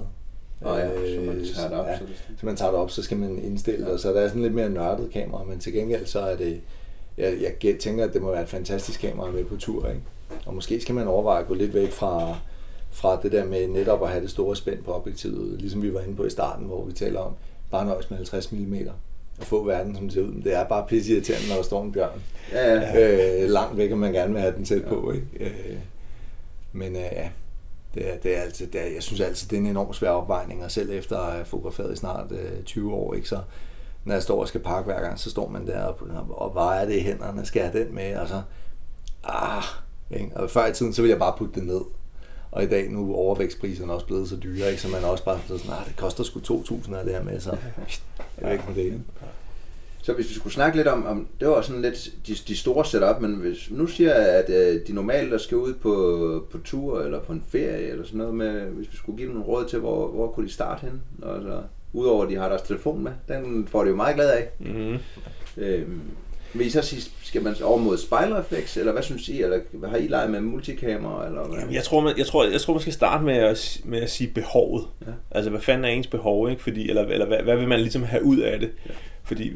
C: Så man tager det op, så skal man indstille det, så der er sådan lidt mere nørdet kamera, men til gengæld så er det, jeg tænker, at det må være et fantastisk kamera med på tur, ikke? Og måske skal man overveje at gå lidt væk fra det der med netop at have det store spænd på objektivet, ligesom vi var inde på i starten, hvor vi taler om bare nøjes med 50 mm og få verden, som det ser ud. Det er bare pisseirriterende, når der står en bjørn. Langt væk, og man gerne vil have den tæt på, ikke? Men Jeg synes altid, det er en enormt svær opvejning, og selv efter at have fotograferet i snart 20 år, ikke, så når jeg står og skal pakke hver gang, så står man der og vejer det i hænderne, skal jeg have den med, og så, ikke? Og før i tiden, så ville jeg bare putte det ned. Og i dag, nu er overvægtspriserne også blevet så dyre, ikke? Så man også bare sådan, det koster sgu 2.000 af det her med, så jeg er ikke med det. Ikke?
A: Så hvis vi skulle snakke lidt om det var sådan lidt de store setup, men hvis nu siger jeg, at de normalt der skal ud på tur eller på en ferie eller sådan noget med, hvis vi skulle give dem nogle råd til, hvor kunne de starte hen? Altså, udover at de har deres telefon med, den får de jo meget glad af. Mm-hmm. Vil I så sige, skal man over mod spejlrefleks, eller hvad synes I, eller har I leget med multikamera? Eller hvad?
B: Jamen, jeg tror man skal starte med at sige behovet. Ja. Altså hvad fanden er ens behov, ikke? Fordi, eller hvad vil man ligesom have ud af det? Ja. Fordi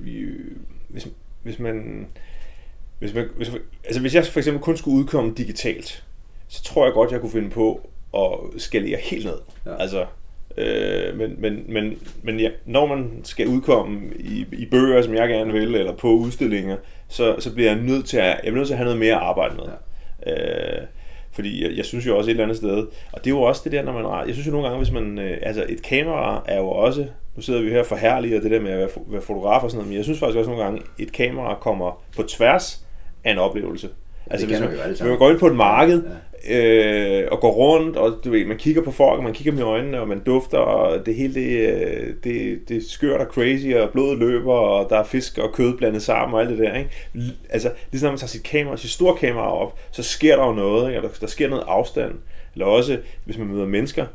B: hvis jeg for eksempel kun skulle udkomme digitalt, så tror jeg godt jeg kunne finde på at skalere helt ned. Ja. Altså men ja, når man skal udkomme i bøger, som jeg gerne vil, eller på udstillinger, så bliver jeg nødt til at have noget mere at arbejde med. Ja. Fordi jeg synes jo også et eller andet sted, og det er jo også det der, når man, jeg synes jo nogle gange, hvis man, altså et kamera er jo også, nu sidder vi her og forherliger det der med at være fotograf og sådan noget, men jeg synes faktisk også nogle gange, et kamera kommer på tværs af en oplevelse. Altså hvis man går ind på et marked, og går rundt, og du ved, man kigger på folk, og man kigger med øjnene, og man dufter, og det hele det skørt og crazy, og blodet løber, og der er fisk og kød blandet sammen, og alt det der, ikke? Altså, ligesom når man tager sit store kamera op, så sker der jo noget, ikke? Der sker noget afstand, eller også, hvis man møder mennesker,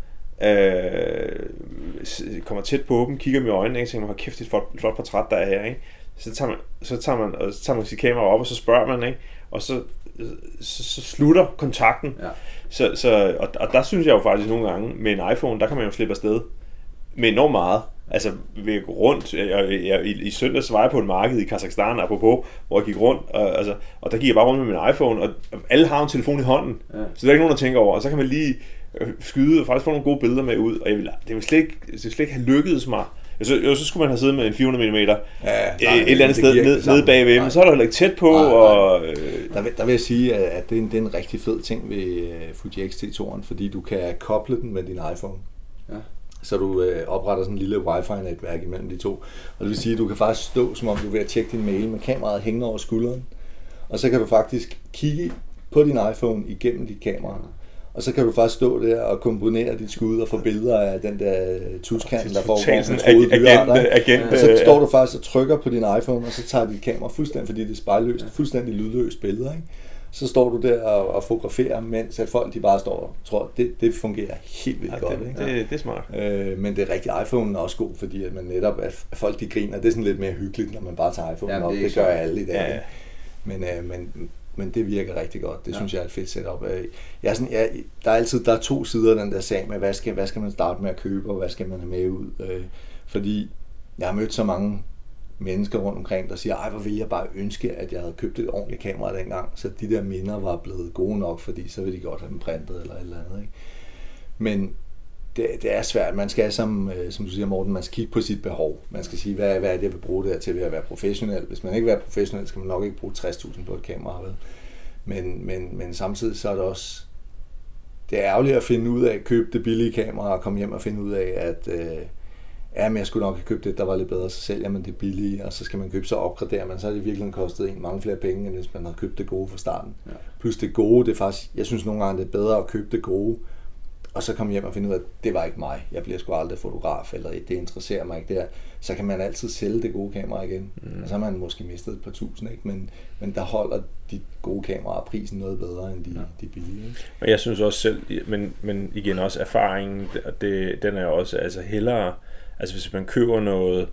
B: kommer tæt på dem, kigger med øjnene, ikke? Tænker man, kæft, det er et flot portræt, der er her, ikke? Så tager man sit kamera op, og så spørger man, ikke? Og så slutter kontakten. Ja. Og der synes jeg jo faktisk nogle gange, med en iPhone, der kan man jo slippe afsted med enormt meget. Altså ved at gå rundt, i søndags var jeg på et marked i Kazakhstan, apropos, hvor jeg gik rundt, og der gik jeg bare rundt med min iPhone, og alle har en telefon i hånden, så der er ikke nogen, der tænker over, og så kan man lige skyde og faktisk få nogle gode billeder med ud, og det vil slet ikke have lykkedes mig. Så skulle man have siddet med en 400 mm et eller andet sted nede bagved, men så er der heller ikke tæt på.
C: Der vil jeg sige, at det er en rigtig fed ting ved Fuji X-T2'eren, fordi du kan koble den med din iPhone. Ja. Så du opretter sådan en lille wifi-netværk imellem de to. Og det vil sige, at du kan faktisk stå, som om du er ved at tjekke din mail med kameraet hængende over skulderen. Og så kan du faktisk kigge på din iPhone igennem dit kamera. Og så kan du faktisk stå der og komponere dit skud og få billeder af den der tuskant, der foregår sådan troede dyrearter. Og så står du faktisk og trykker på din iPhone, og så tager dit kamera fuldstændig, fordi det er spejlløst, fuldstændig lydløst billeder, ikke? Så står du der og fotograferer, mens at folk de bare står og tror, det fungerer helt vildt godt. Ikke?
B: Det er smart.
C: Men det er rigtigt, iPhone er også god, fordi at man netop, at folk de griner, det er sådan lidt mere hyggeligt, når man bare tager iPhone op. Det gør alle i dag. Ja. Men det virker rigtig godt. Det synes jeg er et fedt setup. Der er to sider af den der sag med, hvad skal man starte med at købe, og hvad skal man have med ud. Fordi jeg har mødt så mange mennesker rundt omkring, der siger, hvor ville jeg bare ønske, at jeg havde købt et ordentligt kamera dengang, så de der minder var blevet gode nok, fordi så ville de godt have dem printet eller et eller andet. Ikke? Men det er svært. Man skal, som du siger, Morten, man skal kigge på sit behov. Man skal sige, hvad er det, jeg vil bruge det her til ved at være professionel. Hvis man ikke vil være professionel, skal man nok ikke bruge 60.000 på et kamera. Vel? Men samtidig så er det også, det er ærgerligt at finde ud af at købe det billige kamera og komme hjem og finde ud af, at men jeg skulle nok have købt det, der var lidt bedre, så sælger man det billige, og så skal man købe, så opgraderer man, så har det virkelig kostet mange flere penge, end hvis man havde købt det gode fra starten. Ja. Plus det gode, det er faktisk, jeg synes nogle gange, det er bedre at købe det gode, og så komme hjem og finde ud af, at det var ikke mig, jeg bliver sgu aldrig fotograf, eller det interesserer mig ikke der, så kan man altid sælge det gode kamera igen, og så har man måske mistet et par tusind, ikke? Men der holder de gode kameraer prisen noget bedre end de billige. Ikke?
B: Men jeg synes også selv, men igen også erfaringen, den er også altså hellere. Altså hvis man køber noget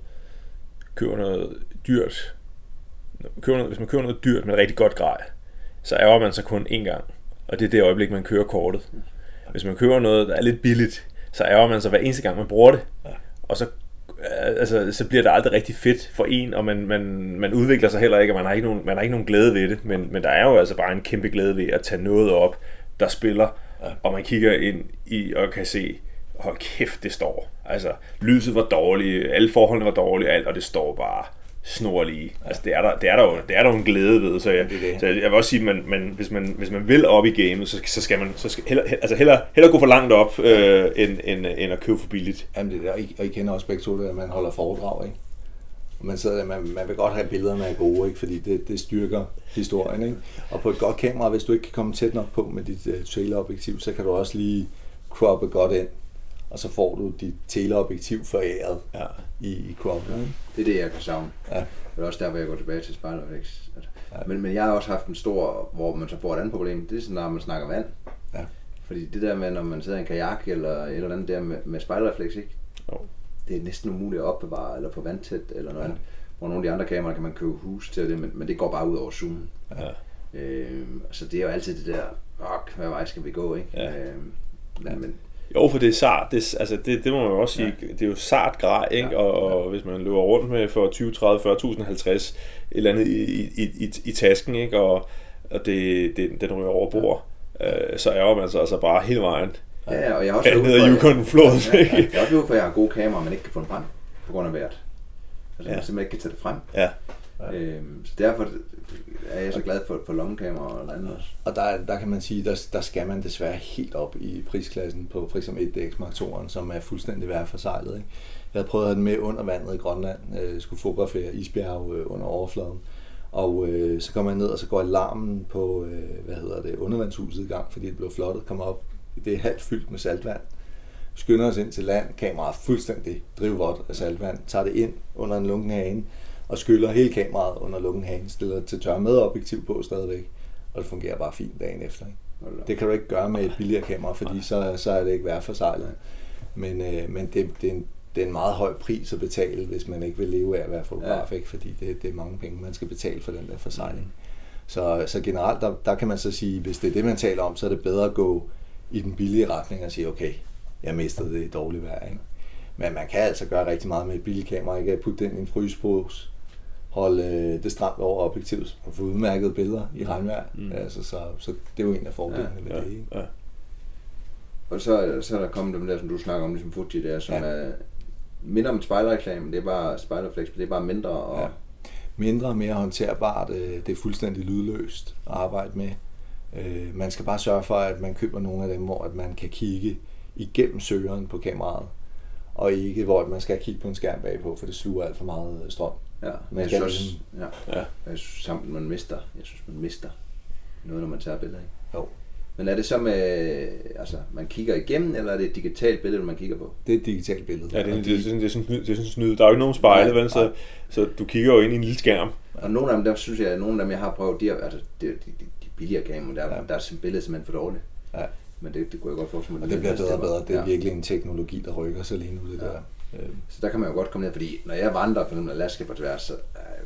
B: dyrt, hvis man køber noget dyrt med rigtig godt grej, så ærger man sig kun én gang, og det er det øjeblik, man kører kortet. Hvis man køber noget, der er lidt billigt, så ærger man sig hver eneste gang, man bruger det, og så bliver det aldrig rigtig fedt for en, og man udvikler sig heller ikke, og man har ikke nogen glæde ved det, men der er jo altså bare en kæmpe glæde ved at tage noget op, der spiller, og man kigger ind i og kan se, hold kæft, det står. Altså, lyset var dårligt, alle forholdene var dårlige, og det står bare snorlige. Altså det er der jo en glæde ved, så jeg vil også sige, at hvis man vil op i gamet, så skal man hellere gå for langt op end at købe for billigt.
C: Jamen det der, og I kender også begge to det, at man holder foredrag, ikke? Man sidder der, man vil godt have billederne af gode, ikke? Fordi det styrker historien, ikke? Og på et godt kamera, hvis du ikke kan komme tæt nok på med dit teleobjektiv, så kan du også lige croppe godt ind, og så får du dit teleobjektiv foræret i croppen, ikke?
A: Det er det, jeg kan savne.
C: Ja.
A: Det er også derfor, jeg går tilbage til Spejlerflex. Men jeg har også haft en stor, hvor man så får et andet problem, det er sådan, når man snakker vand. Ja. Fordi det der med, når man sidder i en kajak eller et eller andet der med Spejlerflex, ikke? Oh. Det er næsten umuligt at opbevare eller få vandtæt eller noget andet. Hvor nogle af de andre kameraer kan man købe hus til det, men det går bare ud over zoomen. Ja. Så det er jo altid det der, hvad vej skal vi gå, ikke? Ja. Men
B: jo, for det er sart. Det må man jo også sige. Det er jo sart grej, ikke? Og hvis man løber rundt med for 20, 30, 40.000, 50 et eller andet i tasken, ikke? Og den ryger over bord, så ærger man sig altså bare hele vejen.
A: Ja, og jeg har også
B: Yukon-floden.
A: Jeg har også løbet for, at jeg har gode kameraer, men ikke kan få dem frem på grund af vejret. Altså man simpelthen ikke kan tage det frem. Ja. Så derfor er jeg så glad for lommekameraer og andet også.
C: Og der kan man sige, der skal man desværre helt op i prisklassen på for eksempel 1DX Mark II'eren, som er fuldstændig værforsejlet, ikke? Jeg havde prøvet at have den med under vandet i Grønland, skulle fotografere isbjerg under overfladen. Og så kommer jeg ned, og så går alarmen på, undervandshuset i gang, fordi det blev flottet, kommer op. Det er halvt fyldt med saltvand. Skynder os ind til land, kameraet fuldstændig drivvådt af saltvand, tager det ind under en lunken hane, og skyller hele kameraet under lunken hane, stiller til tør med objektiv på stadigvæk, og det fungerer bare fint dagen efter, ikke? Det kan du ikke gøre med et billigere kamera, fordi så er det ikke værd for sejlet. Men det er en meget høj pris at betale, hvis man ikke vil leve af at være fotograf, ikke? Fordi det er mange penge, man skal betale for den der forsejling. Så generelt, der kan man så sige, hvis det er det, man taler om, så er det bedre at gå i den billige retning og sige, okay, jeg mistede det i dårligt vejr, ikke? Men man kan altså gøre rigtig meget med et billigt kamera, ikke? Putte den i en frysepose, holde det stramt over objektivet og få udmærkede billeder i regnvejr. Altså, så det er jo en af fordelene ved det, ikke? Ja.
A: Og så er der kommet dem der, som du snakker om, ligesom Fuji der, som er mindre om spejlerreklame, det er bare Spejlerflex, det er bare mindre og
C: mindre, mere håndterbart, det er fuldstændig lydløst at arbejde med. Man skal bare sørge for, at man køber nogle af dem, hvor at man kan kigge igennem søgeren på kameraet, og ikke hvor man skal kigge på en skærm bagpå, for det sluger alt for meget strøm.
A: Ja, men jeg synes sammen man mister noget, når man tager billeder, ikke? Jo. Men er det så med, altså man kigger igennem, eller er det et digitalt billede, man kigger på?
C: Det er et digitalt billede.
B: Ja, det er sådan snyd. Der er jo ikke nogen spejle, vel? Så du kigger jo ind i en lille skærm.
A: Og nogle af dem, der synes jeg, nogle af dem jeg har prøvet, de billigere kameraer, der er sådan billede simpelthen for dårligt. Ja. Men det kunne jeg godt forestille mig.
C: Og det bliver bedre og bedre. Det er virkelig en teknologi, der rykker sig lige nu, det der.
A: Så der kan man jo godt komme ned, fordi når jeg vandrer for eksempel Alaska på tværs, så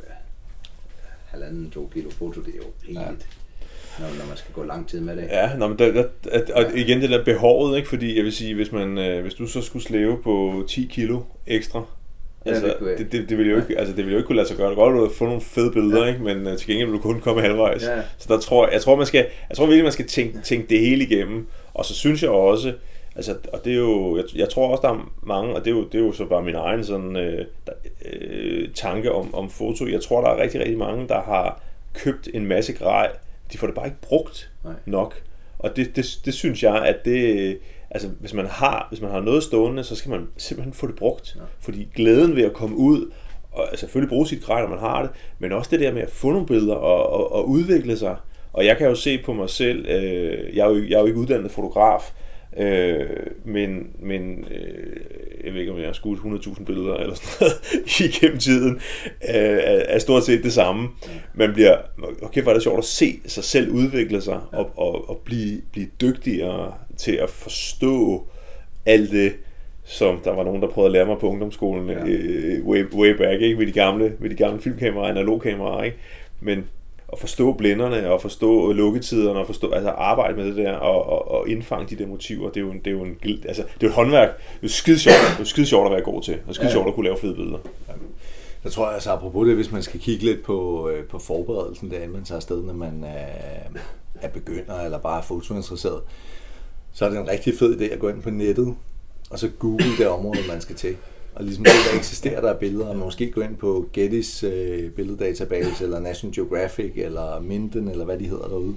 A: 1,5-2 kilo foto, det er jo rigeligt. Når man skal gå lang tid med det.
B: Ja, men og igen det der behovet, ikke? Fordi jeg vil sige, hvis du så skulle slæve på 10 kilo ekstra, altså, det ville jo ikke, altså det ville jo ikke kunne lade sig gøre. Det godt at få nogle fede billeder, ikke? Men til gengæld vil du kun komme halvvejs. Ja. Så der jeg tror virkelig man skal tænke det hele igennem. Og så synes jeg også, altså, og det er jo, jeg tror også der er mange, og det er jo så bare min egen sådan tanke om foto. Jeg tror der er rigtig rigtig mange der har købt en masse grej. De får det bare ikke brugt nok. Og det synes jeg, at det, altså hvis man har noget stående, så skal man simpelthen få det brugt. Ja. Fordi glæden ved at komme ud, og selvfølgelig bruge sit grej, når man har det, men også det der med at få nogle billeder og udvikle sig. Og jeg kan jo se på mig selv, jeg er jo ikke uddannet fotograf, men jeg ved ikke, om jeg har skudt 100.000 billeder eller sådan noget igennem tiden, er stort set det samme. Man bliver, okay, hvor er det sjovt at se sig selv udvikle sig og blive dygtigere til at forstå alt det, som der var nogen, der prøvede at lære mig på ungdomsskolen way back, ikke? Med de gamle filmkameraer, analogkameraer, ikke? Men at forstå blænderne og forstå lukketiderne og forstå, altså arbejde med det der og indfange de der motiver, det er jo et håndværk. Det er skide sjovt at være god til, og skide sjovt at kunne lave fede billeder.
C: Jeg tror altså apropos det, hvis man skal kigge lidt på forberedelsen der, man tager afsted, når man er begynder eller bare er fotointeresseret, så er det en rigtig fed idé at gå ind på nettet og så google det område, man skal til. og ligesom det, der eksisterer der af billeder, og måske gå ind på Getty's billeddatabase, eller National Geographic, eller Minden, eller hvad de hedder derude.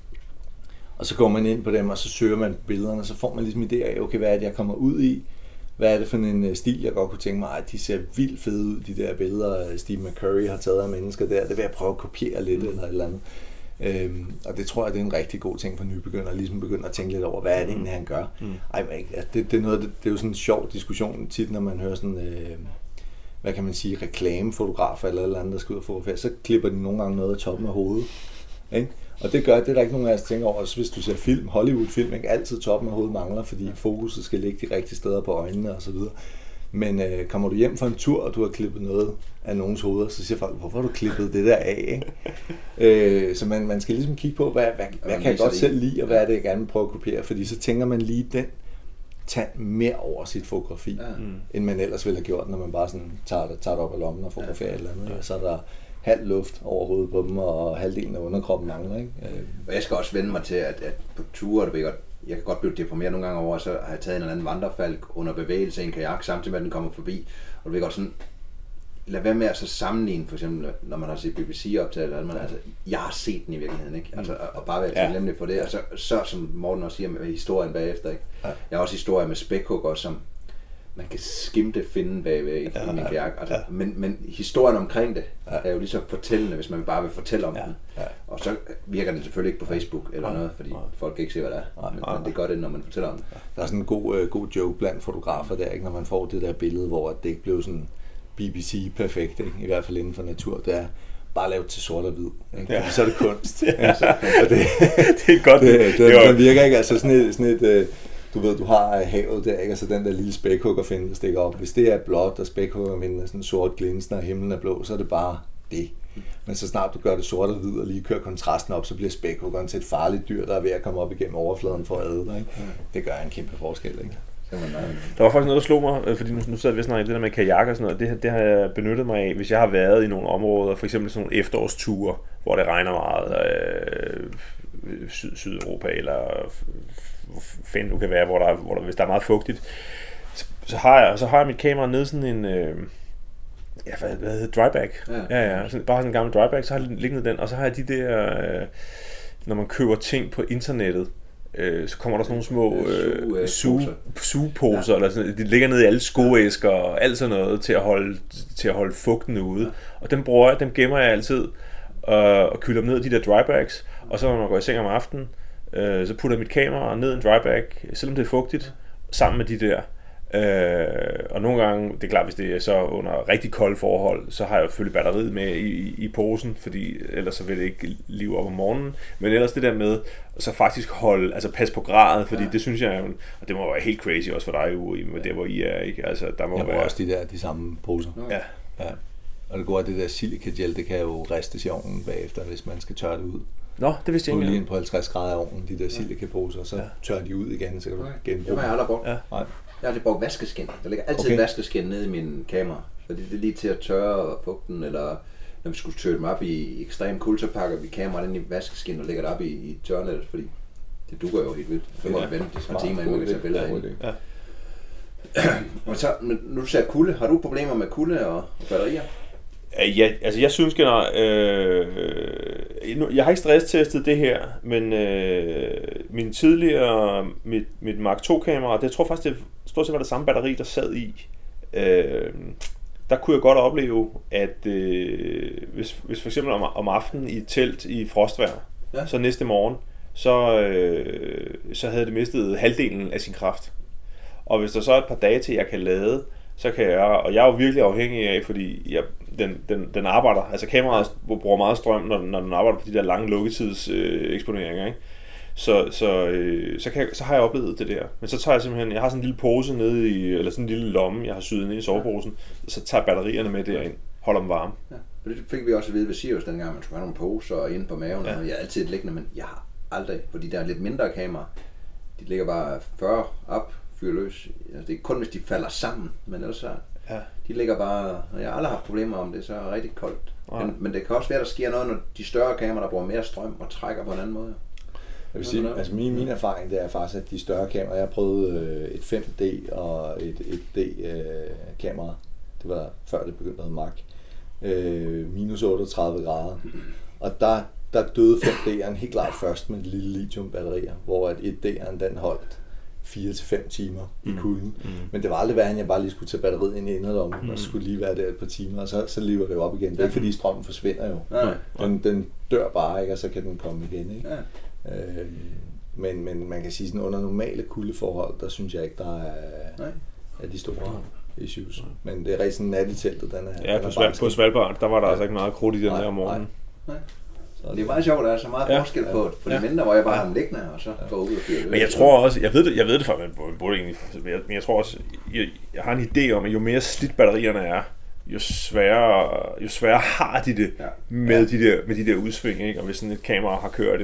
C: Og så går man ind på dem, og så søger man billederne, og så får man ligesom idé af, okay, hvad er det, jeg kommer ud i? Hvad er det for en stil, jeg godt kunne tænke mig? De ser vildt fede ud, de der billeder, Steve McCurry har taget af mennesker der. Det vil jeg prøve at kopiere lidt eller et eller andet. Og det tror jeg, det er en rigtig god ting for nybegyndere, at ligesom begynde at tænke lidt over, hvad er det egentlig, han gør. Det er noget, det er jo sådan en sjov diskussion tit, når man hører sådan, hvad kan man sige, reklamefotografer eller andet, der skal ud og fotografere, så klipper de nogle gange noget af toppen af hovedet. Ikke? Og det er der ikke nogen af os, der tænker over, også hvis du ser film, Hollywood-film, ikke altid toppen af hovedet mangler, fordi fokuset skal ligge de rigtige steder på øjnene og så videre. Men kommer du hjem fra en tur, og du har klippet noget af nogens hoveder, så siger folk, hvorfor har du klippet det der af? Ikke? Så man skal ligesom kigge på, hvad kan jeg godt selv lide, og hvad er det, jeg gerne vil prøve at kopiere, fordi så tænker man lige den tand mere over sit fotografi, end man ellers ville have gjort, når man bare sådan tager det op af lommen og fotograferer et eller andet. Så er der halv luft over hovedet på dem, og halvdelen af underkroppen mangler. Ikke?
A: Og jeg skal også vende mig til, at på ture, jeg kan godt blive deprimeret nogle gange over, så har jeg taget en eller anden vandrefalk under bevægelse i en kajak, samtidig med at den kommer forbi. Og du ved godt sådan, lad være med at så sammenligne, for eksempel, når man har set BBC-optagelser, altså, jeg har set den i virkeligheden, ikke? Altså, og bare være taknemmelig for det, og så som Morten også siger, med historien bagefter, ikke? Jeg har også historier med spækhugger, som man kan skimte finde bagved i min kajak. Altså, men historien omkring det er jo lige så fortællende, hvis man bare vil fortælle om den. Og så virker det selvfølgelig ikke på Facebook eller noget, fordi folk kan ikke se, hvad det er. Men det gør det, når man fortæller om det.
C: Der er sådan en god joke blandt fotografer der, ikke? Når man får det der billede, hvor det ikke blev sådan BBC perfekt, ikke? I hvert fald inden for natur. Det er bare lavet til sort og hvid. Ikke? Så er det kunst.
B: Det er godt.
C: Det virker ikke. Altså sådan et du ved, du har havet der, ikke? Og så den der lille spækhuggerfinde, der stikker op. Hvis det er blåt, og spækhuggerfinden er sådan sort glinsende, og himlen er blå, så er det bare det. Men så snart du gør det sort og hvid, og lige kører kontrasten op, så bliver spækhuggeren til et farligt dyr, der er ved at komme op igennem overfladen for at æde dig. Ikke? Det gør en kæmpe forskel, ikke?
B: Der var faktisk noget, der slog mig, fordi nu sad vi og snakkede det der med kajak og sådan noget. Det har jeg benyttet mig af, hvis jeg har været i nogle områder, for eksempel sådan nogle efterårsture, hvor det regner meget, Sydeuropa eller fanden du kan være, hvor der hvis der er meget fugtigt, så har jeg mit kamera nede sådan en hvad hedder drybag. Ja. Bare sådan en gammel drybag, så har jeg liggende den, og så har jeg de der når man køber ting på internettet, så kommer der sådan nogle små sugeposer, eller sådan, de ligger nede i alle skoæsker og alt sådan noget til at holde fugten ude. Og dem gemmer jeg altid og kylder dem ned i de der drybags, og så når man går i seng om aftenen, så putter jeg mit kamera ned i en drybag, selvom det er fugtigt, sammen med de der. Og nogle gange, det er klart, hvis det er så under rigtig kolde forhold, så har jeg selvfølgelig batteriet med i posen, fordi ellers så vil det ikke live op om morgenen. Men ellers det der med så faktisk passe på gradet, fordi det synes jeg, og det må være helt crazy også for dig, Uwe, med der hvor I er, ikke? Altså der må
C: jeg
B: være
C: også de samme poser. Ja. Og det går, at det der silikagel, det kan jo ristes i ovnen bagefter, hvis man skal tørre det ud.
B: Nå, det vidste jeg ikke.
C: Lige ind på 50 grader i ovnen, de der silikeposer, så tørrer de ud igen, så kan du genbruge.
A: Det har jeg aldrig brugt.
C: Ja.
A: Jeg har altid brugt vaskeskin. Der ligger altid vaskeskin nede i min kamera, fordi det er lige til at tørre fugten, eller når vi skulle tørre dem op i ekstrem kulde, så pakker vi kameraet ind i vaskeskin og lægger det op i tørnettet, fordi det dukker jo helt vildt. Så må man vente et par timer, inden man kan tage billeder ind. Og så, nu du ser kulde, har du problemer med kulde og batterier?
B: Ja, altså jeg synes generelt, jeg har ikke stresstestet det her, men min tidligere, mit Mark II kamera, det tror jeg faktisk, det stort set var det samme batteri, der sad i. Der kunne jeg godt opleve, at hvis for eksempel om aftenen i et telt i frostvejr, så næste morgen, så havde det mistet halvdelen af sin kraft. Og hvis der så er et par dage til, jeg kan lade, så kan jeg, og jeg er jo virkelig afhængig af, fordi den arbejder, altså kameraet bruger meget strøm, når den arbejder på de der lange lukketids eksponeringer, ikke? Så har jeg oplevet det der. Men så tager jeg simpelthen, jeg har sådan en lille pose nede i, eller sådan en lille lomme, jeg har syet nede i soveposen, så tager batterierne med derind, holder dem varme. Ja.
A: Det fik vi også at vide ved Sirius dengang, man skulle have nogle poser inde på maven, og jeg har altid liggende, men jeg har aldrig, på de der lidt mindre kameraer, de ligger bare 40 op, fyrer løs. Altså, det er kun hvis de falder sammen, men ellers så, de ligger bare, og jeg har aldrig haft problemer om det, så er det rigtig koldt. Men det kan også være, der sker noget, når de større kameraer, der bruger mere strøm og trækker på en anden måde.
C: Jeg vil sige, altså min erfaring, det er faktisk, at de større kameraer, jeg har prøvet et 5D og et 1D-kamera. Det var før det begyndte at hedde Mac. Minus 38 grader. Og der døde 5D'eren helt klart først med de lille lithium-batterier, hvor at 1D'eren den holdt 4-5 timer i kulden. Men det var aldrig værd, at jeg bare lige skulle tage batteriet ind i inderlommen, og så skulle lige være der et par timer, og så lever det jo op igen. Det er ikke fordi strømmen forsvinder jo. Den dør bare, ikke, og så kan den komme igen. Ikke? Ja. Men man kan sige, sådan under normale kuldeforhold, der synes jeg ikke, der er de store issues. Men det er rigtig sådan natteteltet, den er...
B: Ja, på Svalbard, der var der altså ikke meget krudt i den der om morgenen.
A: Nej. Det er meget sjovt, at der er så meget forskel på de mindre, hvor jeg bare har dem liggende, og så går ud og fyrer.
B: Men jeg tror også, jeg ved det fra, man burde egentlig, men jeg tror også, jeg har en idé om, at jo mere slidt batterierne er, jo sværere har de det med de der udsving, ikke? Og hvis sådan et kamera har kørt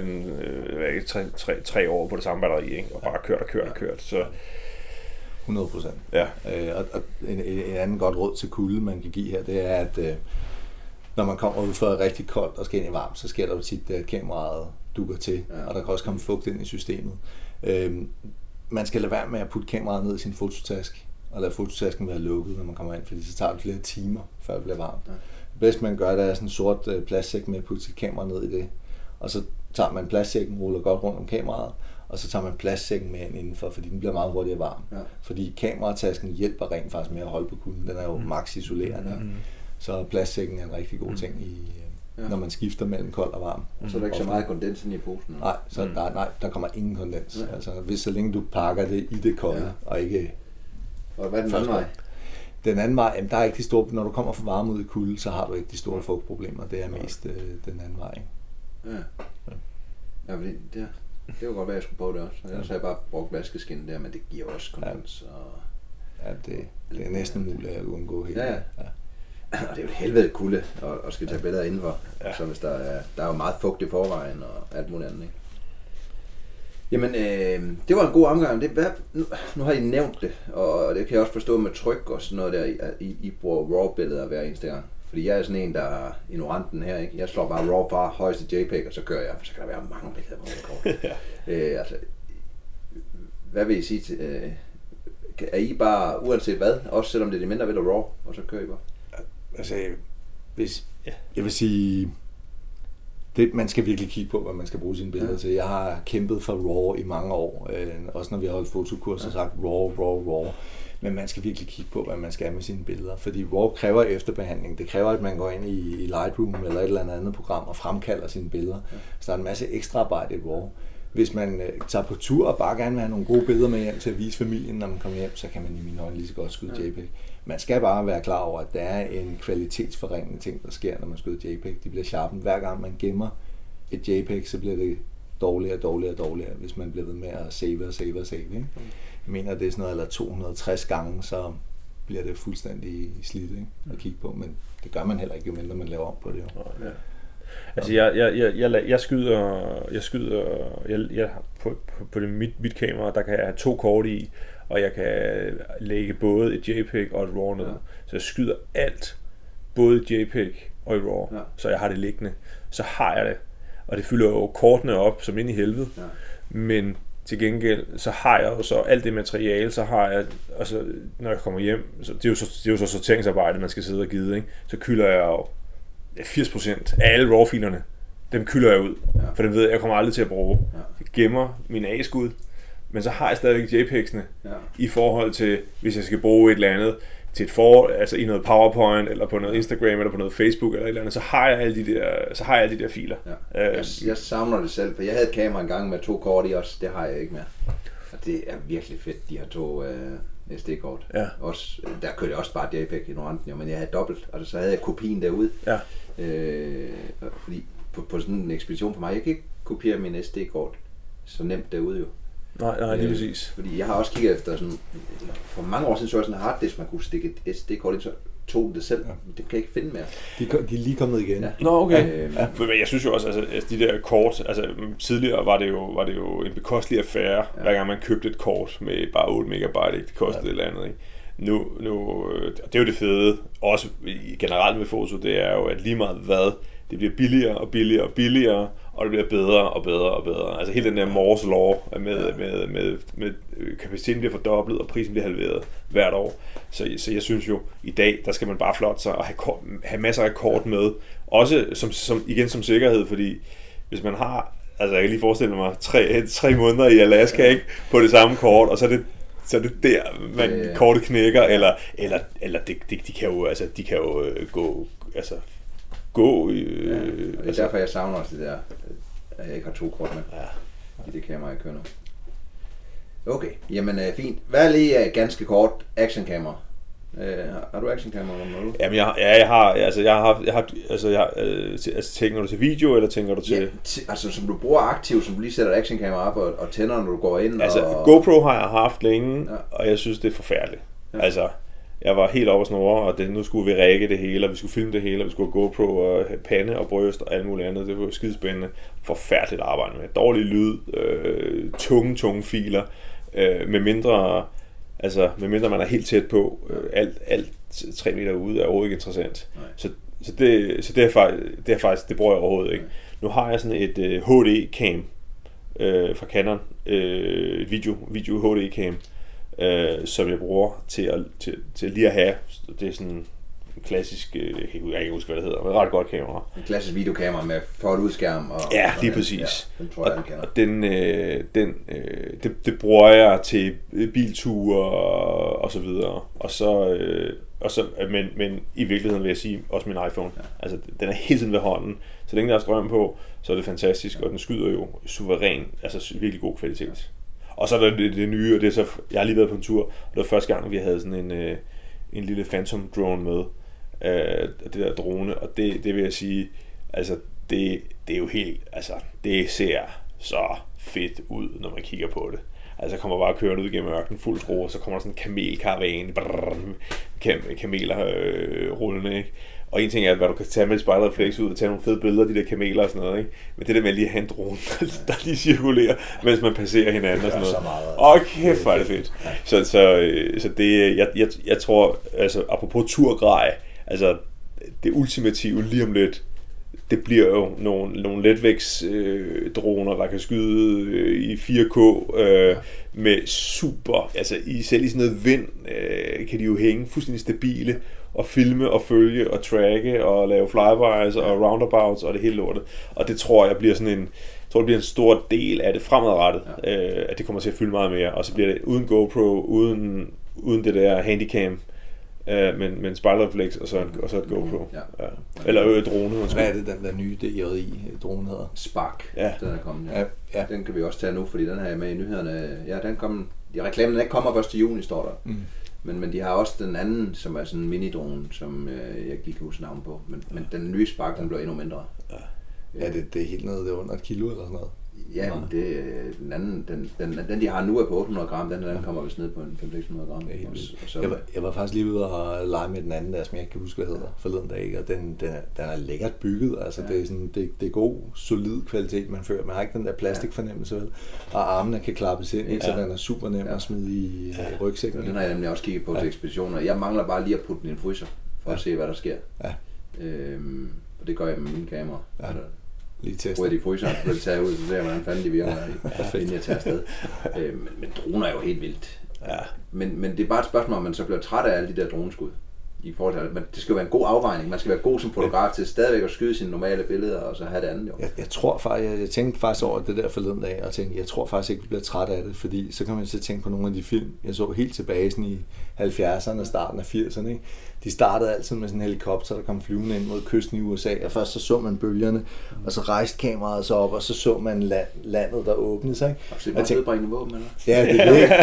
B: 3 år på det samme batteri, ikke? Og bare kørt, så
C: 100%.
B: Ja.
C: Og en anden godt råd til kulde, man kan give her, det er, at når man kommer ud fra rigtig koldt og skal ind i varmt, så sker der jo tit, at kameraet dukker til, og der kan også komme fugt ind i systemet. Man skal lade være med at putte kameraet ned i sin fototaske, og lade fototasken være lukket, når man kommer ind, fordi så tager det flere timer, før det bliver varmt. Det bedste man gør, det er sådan en sort plastsæk med at putte sit kamera ned i det, og så tager man plastsækken, ruller godt rundt om kameraet, og så tager man plastsækken med ind indenfor, fordi den bliver meget hurtigere varm. Ja. Fordi kameratasken hjælper rent faktisk med at holde på kulden, den er jo max isolerende. Så plastsækken er en rigtig god ting, når man skifter mellem kold og varm.
A: Så er der ikke så meget kondens i posen?
C: Nej, der kommer ingen kondens. Altså, så længe du pakker det i det kolde, og ikke...
A: Og hvad er den anden vej?
C: Den anden vej, der er ikke de store... Når du kommer for varme ud i kulde, så har du ikke de store fugtproblemer. Det er mest den anden vej.
A: Ja, fordi det var godt, at jeg skulle på det også. Ellers har jeg bare brugt vaskeskin der, men det giver også kondens.
C: Ja, det er næsten muligt at undgå helt.
A: Ja. Og det er jo et helvede kulde at skal tage billeder indenfor. Ja. Så hvis der er jo meget fugt i forvejen og alt muligt andet. Ikke? Jamen, det var en god omgang. Nu har I nævnt det, og det kan jeg også forstå med tryk og sådan noget der. I bruger RAW-billeder hver eneste gang. Fordi jeg er sådan en, der er ignoranten her, ikke? Jeg slår bare RAW fra højeste JPEG, og så kører jeg, for så kan der være mange billeder på min kort. Altså, hvad vil I sige til... er I bare, uanset hvad, også selvom det er de mindre billeder RAW, og så kører I bare?
C: Altså, jeg vil sige, man skal virkelig kigge på, hvad man skal bruge sine billeder til. Jeg har kæmpet for RAW i mange år, også når vi har holdt fotokurser og sagt RAW. Men man skal virkelig kigge på, hvad man skal med sine billeder, fordi RAW kræver efterbehandling. Det kræver, at man går ind i Lightroom eller et eller andet program og fremkalder sine billeder. Så der er en masse ekstra arbejde i RAW. Hvis man tager på tur og bare gerne vil have nogle gode billeder med hjem til at vise familien, når man kommer hjem, så kan man i mine øjne lige så godt skyde JPEG. Man skal bare være klar over, at der er en kvalitetsforringende ting, der sker, når man skyder JPEG. De bliver sharpen. Hver gang man gemmer et JPEG, så bliver det dårligere, hvis man bliver ved med at save. Ikke? Jeg mener, det er sådan noget, eller 260 gange, så bliver det fuldstændig slidt, ikke? At kigge på, men det gør man heller ikke, jo mindre man laver om på det. Jo.
B: Ja. Altså jeg skyder på det mit kamera, der kan jeg have 2 kort i, og jeg kan lægge både et JPEG og et RAW ned. Så jeg skyder alt, både i JPEG og i RAW, så jeg har det liggende. Så har jeg det, og det fylder jo kortene op som ind i helvede, men til gengæld, så har jeg jo så alt det materiale, så har jeg, altså når jeg kommer hjem, så det er jo så sorteringsarbejde, man skal sidde og gide, ikke? Så kylder jeg jo 80% af alle RAW-filerne, dem kylder jeg ud, for dem ved jeg kommer aldrig til at bruge. Jeg gemmer mine A-skud, men så har jeg stadigvæk JPEG'ene i forhold til, hvis jeg skal bruge et eller andet til altså i noget PowerPoint, eller på noget Instagram, eller på noget Facebook, eller et eller andet, så har jeg alle de der filer.
A: Ja. Jeg savner det selv, for jeg havde et kamera engang med 2 kort i også, det har jeg ikke mere. Og det er virkelig fedt, de her 2 SD-kort. Ja. Også, der kørte jeg også bare JPEG i Noranten, men jeg havde dobbelt, og så havde jeg kopien derude. Ja. Fordi på sådan en ekspedition for mig, jeg kan ikke kopiere min SD-kort så nemt derude jo.
B: Nej, lige præcis.
A: Fordi jeg har også kigget efter sådan, for mange år siden så jeg sådan en harddisk, man kunne stikke et SD-kort ind, så tog det selv. Det kan jeg ikke finde mere.
C: De er lige kommet igen.
B: Ja. Nå, okay. Men jeg synes jo også, altså de der kort, altså tidligere var det jo en bekostelig affære, hver gang man købte et kort med bare 8 megabyte, ikke? Det kostede et eller andet, ikke? Nu, det er jo det fede, også generelt med foto, det er jo, at lige meget hvad, det bliver billigere og billigere og billigere og det bliver bedre og bedre og bedre. Altså hele den der Moore's Law med kapaciteten bliver fordoblet, og prisen bliver halveret hvert år. Så jeg synes jo, i dag, der skal man bare flotte sig og have masser af kort med. Også som sikkerhed, fordi hvis man har, altså jeg kan lige forestille mig, 3 måneder i Alaska, ikke, på det samme kort, og så er det der, man kortet knækker, eller de kan jo, altså, gå, altså, og det
A: er derfor, jeg savner også det der, at jeg ikke har 2 kort med i det kamera, jeg kører nu. Okay, jamen fint. Hvad er lige ganske kort actionkamera? Har du actionkamera med?
B: Jamen jeg har tænker du til video, eller tænker du til...
A: Ja, altså som du bruger aktivt, som du lige sætter et actionkamera op og tænder, når du går ind.
B: Altså GoPro har jeg haft længe, og jeg synes, det er forfærdeligt. Ja. Altså, jeg var helt oppe at snurre, og nu skulle vi række det hele, og vi skulle filme det hele, og vi skulle have GoPro og pande og bryst og alt muligt andet. Det var jo skidespændende. Forfærdeligt arbejde med. Dårlig lyd, tunge filer, med mindre man er helt tæt på, alt 3 meter ude er overhovedet ikke interessant. Så det er faktisk, det bruger jeg overhovedet ikke. Nu har jeg sådan et HD-cam fra Canon, et video HD-cam, som jeg bruger til lige at have. Det er sådan en klassisk, jeg kan ikke huske, hvad det hedder, men ret godt kamera.
A: En klassisk videokamera med forudskærm.
B: Ja, lige præcis.
A: Ja, den tror jeg,
B: og det bruger jeg til bilture og så videre. Men i virkeligheden vil jeg sige, også min iPhone. Ja. Altså, den er hele tiden ved hånden. Så længe der er strøm på, så er det fantastisk, og den skyder jo suveræn, altså virkelig god kvalitet. Og så er der det nye, og det er så, jeg har lige været på en tur, og det var første gang, vi havde sådan en lille Phantom drone med, det der drone, og det vil jeg sige, altså det er jo helt, altså det ser så fedt ud, når man kigger på det. Altså kommer bare kørende ud gennem ørkenen fuld skrue, og så kommer der sådan en kamelkaravane, kameler rullende, ikke? Og en ting er, hvad du kan tage med et spejlrefleks ud og tage nogle fede billeder af de der kameler og sådan noget, ikke? Men det der med lige at have en drone, der lige cirkulerer, mens man passerer hinanden og sådan noget. Kæft, hvor er det fedt. Så det, jeg tror, altså apropos turgrej, altså det ultimative lige om lidt, det bliver jo nogle letvægtsdroner, der kan skyde i 4K med super, altså selv i sådan noget vind, kan de jo hænge fuldstændig stabile og filme og følge og tracke og lave flybys og roundabouts og det hele lortet. Og det tror jeg bliver sådan det bliver en stor del af det fremadrettet, at det kommer til at fylde meget mere. Og så bliver det uden GoPro, uden det der handycam, men spejlrefleks og så et GoPro. Ja. Eller drone.
C: Hvad er det, den der nye DJI-drone hedder?
A: Spark. Ja. Den er kommet. Ja. Den kan vi også tage nu, fordi den her er med i nyhederne. Ja, den kom. Reklamen den ikke kommer 1. juni, står der. Men de har også den anden, som er sådan en mini-drone, som jeg ikke kan huske navn på. Men den nye Spark, den bliver endnu mindre.
C: Ja, det er helt nede, det er under 1 kilo eller sådan noget.
A: Ja, det, den anden, den de har nu er på 800 gram, den kommer vist ned på en 500-600 gram.
C: Jeg var faktisk lige ude og lege med den anden der, som jeg ikke kan huske, hvad hedder, forleden dag, og den er lækkert bygget, altså det er sådan, det er god, solid kvalitet, man fører. Man har ikke den der plastikfornemmelse, vel? Og armene kan klappes ind, så den er super nem at smide i rygsækken.
A: Den har jeg nemlig også kigget på til ekspeditioner. Jeg mangler bare lige at putte den i en fryser, for at se, hvad der sker. Ja. Og det gør jeg med mine kameraer. Ja.
C: Lige teste.
A: Hvor de fryseren, så de tager ud, så ser jeg, hvordan fanden de virker, inden jeg tager afsted. Men droner er jo helt vildt. Ja. Men det er bare et spørgsmål, om man så bliver træt af alle de der droneskud. I forhold til, men det skal jo være en god afvejning. Man skal være god som fotograf til stadigvæk at skyde sine normale billeder, og så have det andet jo.
C: Jeg tror faktisk, jeg tænkte faktisk over det der forleden dag, og tænkte, jeg tror faktisk ikke, vi bliver træt af det, fordi så kan man så tænke på nogle af de film, jeg så helt tilbage sådan i 70'erne og starten af 80'erne, ikke? De startede altid med sådan en helikopter, der kom flyvende ind mod kysten i USA, og først så man bølgerne, og så rejste kameraet så op, og så man landet, der åbnede sig.
A: Og så bare nedbringende våben, eller?
C: Ja, det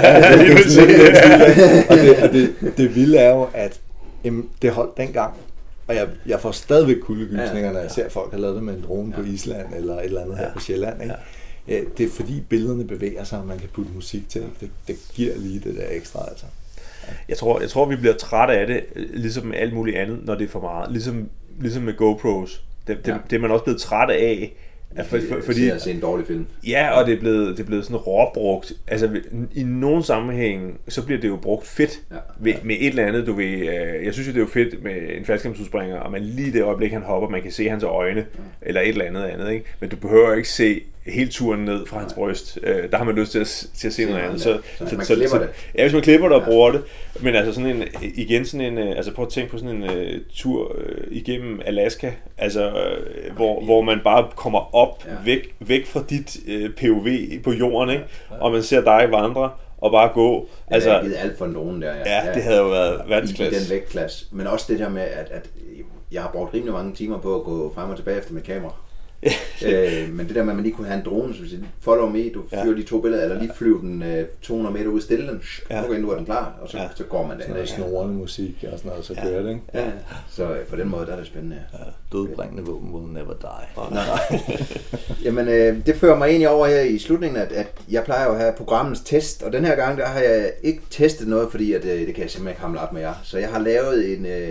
C: er det. Det vilde er jo, at det holdt dengang, og jeg får stadigvæk kuldegysninger, når jeg ser folk har lavet det med en drone på Island, eller et eller andet her på Sjælland, ikke? Ja, det er fordi billederne bevæger sig, og man kan putte musik til. Det giver lige det der ekstra, altså.
B: Jeg tror, vi bliver trætte af det, ligesom med alt muligt andet, når det er for meget. Ligesom med GoPros. Det er man også blevet træt af,
A: Fordi at se en dårlig film.
B: Ja, og det er blevet sådan råbrugt. Altså i nogen sammenhæng, så bliver det jo brugt fedt med et eller andet, du ved. Jeg synes jo, det er jo fedt med en faldskærmsudspringer, og man lige det øjeblik, han hopper, man kan se hans øjne, eller et eller andet, ikke? Men du behøver ikke se hele turen ned fra hans bryst. Der har man lyst til at se noget andet. Så
A: man klipper det.
B: Ja, hvis man klipper det og bruger det. Men altså sådan altså prøv at tænke på sådan en tur igennem Alaska, altså hvor man bare kommer op, væk fra dit POV på jorden, ikke? Og man ser dig vandre og bare gå.
A: Altså, jeg har givet alt for nogen der.
B: Ja, det havde jo været verdensklasse.
A: I den vægtklasse. Men også det der med, at jeg har brugt rimelig mange timer på at gå frem og tilbage efter mit kamera. Men det der med, at man lige kunne have en drone, så sige, follow me, du flyver de 2 billeder, eller lige flyver den 200 meter ud, stille den, okay, nu er den klar, og så går man
C: derhen. Sådan noget snorende musik og sådan noget, så kører det, ikke?
A: Ja. Så på den måde, der er det spændende.
C: Dødbringende våben will never die.
A: Nej. Jamen, det fører mig egentlig over her i slutningen, at jeg plejer at have programmets test, og den her gang, der har jeg ikke testet noget, fordi at, det kan jeg simpelthen ikke hamle op med jer. Så jeg har lavet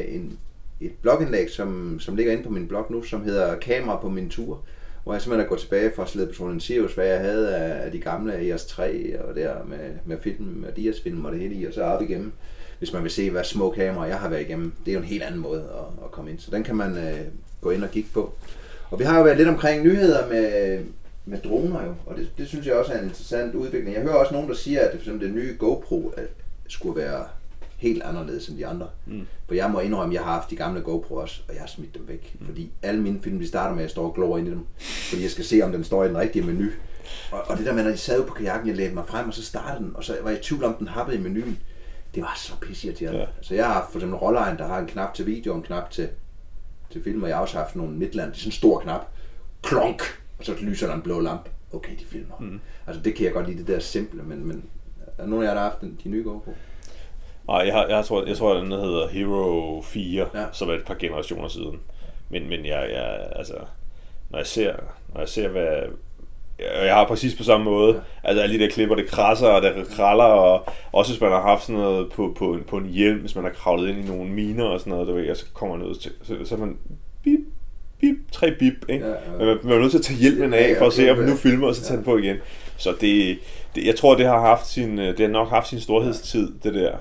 A: et blogindlæg, som ligger inde på min blog nu, som hedder Kamera på min tur, hvor jeg simpelthen er gået tilbage fra Slædepatruljen Sirius, hvad jeg havde af de gamle EOS 3 og der med film, med Dias-film og det hele i, og så op igennem, hvis man vil se, hvad små kameraer jeg har været igennem. Det er jo en helt anden måde at komme ind, så den kan man gå ind og kigge på. Og vi har jo været lidt omkring nyheder med droner jo, og det synes jeg også er en interessant udvikling. Jeg hører også nogen, der siger, at for eksempel det nye GoPro skulle være helt anderledes end de andre. For jeg må indrømme, at jeg har haft de gamle GoPro også, og jeg har smidt dem væk. Fordi alle mine film, de starter med, at jeg står og glor ind i dem. Fordi jeg skal se, om den står i den rigtige menu. Og det der med, når de sad på kajakken, jeg lagde mig frem, og så startede den, og så var jeg i tvivl om, den happede i menuen. Det var så pisseirriterende. Ja. Så jeg har haft for eksempel Rollejen, der har en knap til video og en knap til film, og jeg har også haft nogle Midland, det er sådan en stor knap. Klonk! Og så lyser der en blå lampe. Okay, de filmer. Altså det kan jeg godt lide, det der simple, men er nogen af jer, der har haft de nye GoPro?
B: Nej, jeg tror at den hedder Hero 4, som er et par generationer siden. Men jeg altså, når jeg ser hvad jeg har præcis på samme måde. Altså alle de der klipper, det krasser og det kraller, og også hvis man har haft sådan noget på en hjelm, hvis man har kravlet ind i nogle miner og sådan noget, du ved, og så kommer man ud til, så er man bip, bip, 3 bip, ikke? Men man er nødt til at tage hjelmen af for at se, om man nu filmer, og så tage den på igen. Så det jeg tror, det har nok haft sin storhedstid, det der.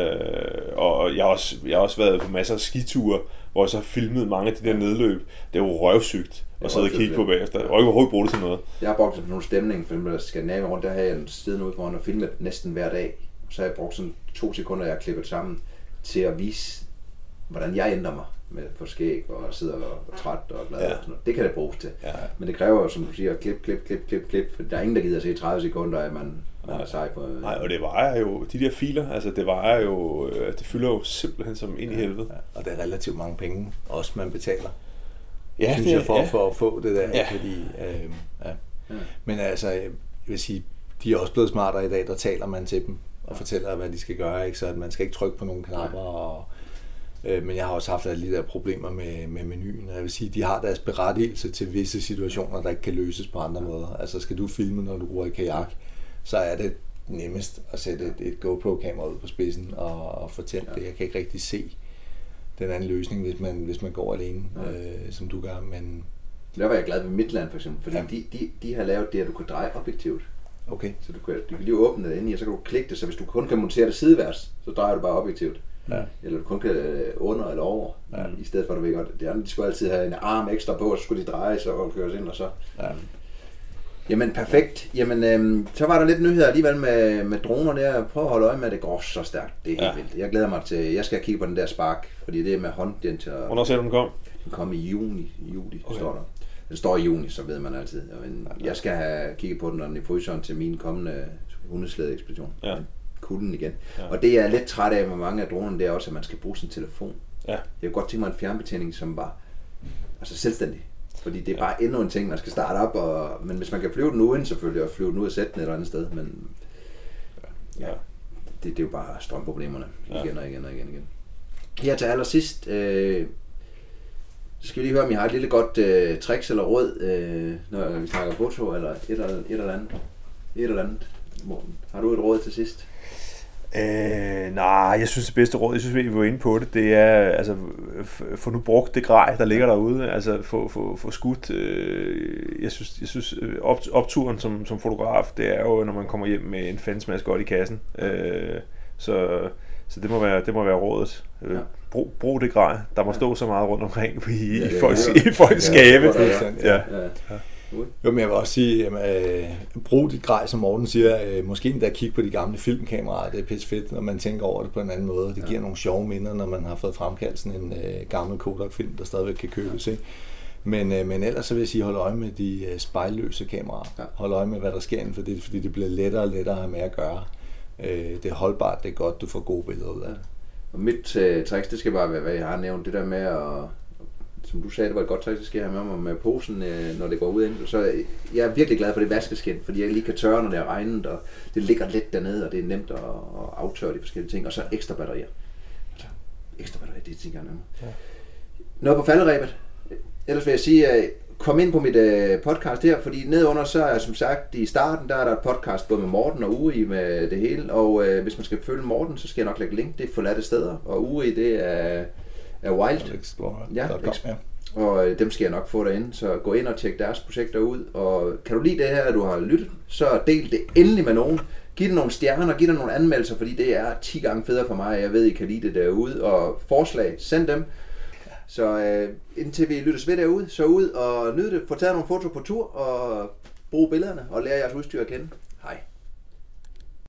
B: Og jeg har også været på masser af skiture, hvor jeg så har filmet mange af de der nedløb. Det er jo røvsygt at sidde og kigge på bagefter. Jeg har ikke overhovedet brugt det til noget. Jeg har brugt sådan nogle stemning, for eksempel Skandinavien rundt, der har jeg siddet ude foran og filmet næsten hver dag. Så har jeg brugt sådan 2 sekunder, jeg har klippet sammen, til at vise, hvordan jeg ændrer mig med på skæg og sidder og træt og glad og sådan noget. Det kan det bruges til. Ja. Men det kræver jo, som du siger, klip, for der er ingen, der gider at se 30 sekunder, at man er sej på. Nej, og det vejer jo, de der filer, altså det vejer jo, det fylder jo simpelthen som ind i helvede. Ja.
C: Og det er relativt mange penge, også man betaler. Ja, synes jeg, for at få det der, fordi, Men altså, jeg vil sige, de er også blevet smartere i dag, der taler man til dem og fortæller, hvad de skal gøre, ikke? Så at man skal ikke trykke på nogle knapper. Men jeg har også haft alle de der problemer med menuen. Jeg vil sige, de har deres berettigelse til visse situationer, der ikke kan løses på andre måder. Altså skal du filme, når du går i kajak, så er det nemmest at sætte et GoPro-kamera ud på spidsen og fortælle det. Jeg kan ikke rigtig se den anden løsning, hvis man går alene, som du gør. Men
A: der var jeg glad ved Midland for eksempel, fordi de har lavet det, at du kan dreje objektivt.
C: Okay. Så
A: du kan lige åbne det ind i, og så kan du klikke det, så hvis du kun kan montere det sideværs, så drejer du bare objektivt. Ja. Eller du kun kan under eller over, i stedet for, du ved godt, de skulle altid have en arm ekstra på, og så skulle de dreje sig og køres ind og så. Ja. Jamen perfekt. Jamen så var der lidt nyheder alligevel med droner der. Prøv at holde øje med, at det går så stærkt. Det er helt vildt. Jeg glæder mig til, jeg skal kigge på den der Spark, fordi det er med håndjent.
B: Hvornår ser du den kom?
A: Den kom i juli, står der. Den står i juni, så ved man altid. Jeg skal have kigget på den, når den er i fryseren til min kommende hundeslæde-ekspedition. Ja. Kulden igen. Ja. Og det jeg er lidt træt af med mange af dronerne, det er også, at man skal bruge sin telefon. Ja. Jeg kunne godt tænke mig en fjernbetjening, som var selvstændig. Fordi det er bare endnu en ting, man skal starte op. Men hvis man kan flyve den uden selvfølgelig, og flyve den ud og sætte den et eller andet sted. Men det er jo bare strømproblemerne igen og igen. Her til allersidst, så skal vi lige høre, om I har et lille godt tricks eller råd, når vi snakker foto, eller et eller andet. Morten, har du et råd til sidst?
B: Nej, jeg synes det bedste råd, jeg synes vi var inde på det er, altså, få nu brugt det grej, der ligger derude, altså få skudt, jeg synes opturen som fotograf, det er jo, når man kommer hjem med en fandens godt i kassen, så det må være rådet. Brug det grej, der må stå så meget rundt omkring i folks skabe.
C: Jo, men jeg vil også sige, brug dit grej, som Morten siger, måske endda kigge på de gamle filmkameraer, det er pisse fedt, når man tænker over det på en anden måde. Det giver nogle sjove minder, når man har fået fremkaldt sådan en gammel Kodak-film, der stadigvæk kan købes, ikke? Men ellers så vil jeg sige, hold øje med de spejlløse kameraer. Ja. Hold øje med, hvad der sker inden for det, fordi det bliver lettere og lettere at have med at gøre. Det er holdbart, det er godt, du får gode billeder ud af det.
A: Og mit tricks, det skal bare være, hvad jeg har nævnt, det der med at, som du sagde, det var et godt trick, det skal jeg have med mig med posen, når det går ud ind. Så jeg er virkelig glad for det vaskeskind, fordi jeg lige kan tørre, når det er regnet, og det ligger let dernede, og det er nemt at aftørre de forskellige ting. Og så ekstra batterier. Det er ting, jeg nævner. Ja. Noget på falderæbet. Ellers vil jeg sige, kom ind på mit podcast her, fordi nedunder så er som sagt i starten, der er der et podcast både med Morten og Uri med det hele, og hvis man skal følge Morten, så skal jeg nok lægge link, det er forladte steder, og Uri det er Wild
C: Explorer.
A: Ja, og dem skal jeg nok få derinde, så gå ind og tjek deres projekter ud, og kan du lide det her, du har lyttet, så del det endelig med nogen. Giv det nogle stjerner, giv det nogle anmeldelser, fordi det er 10 gange federe for mig, jeg ved, I kan lide det derude, og forslag, send dem. Så indtil vi lyttes ved derude, så ud og nyd det, få taget nogle foto på tur og bruge billederne og lære jeres udstyr at kende.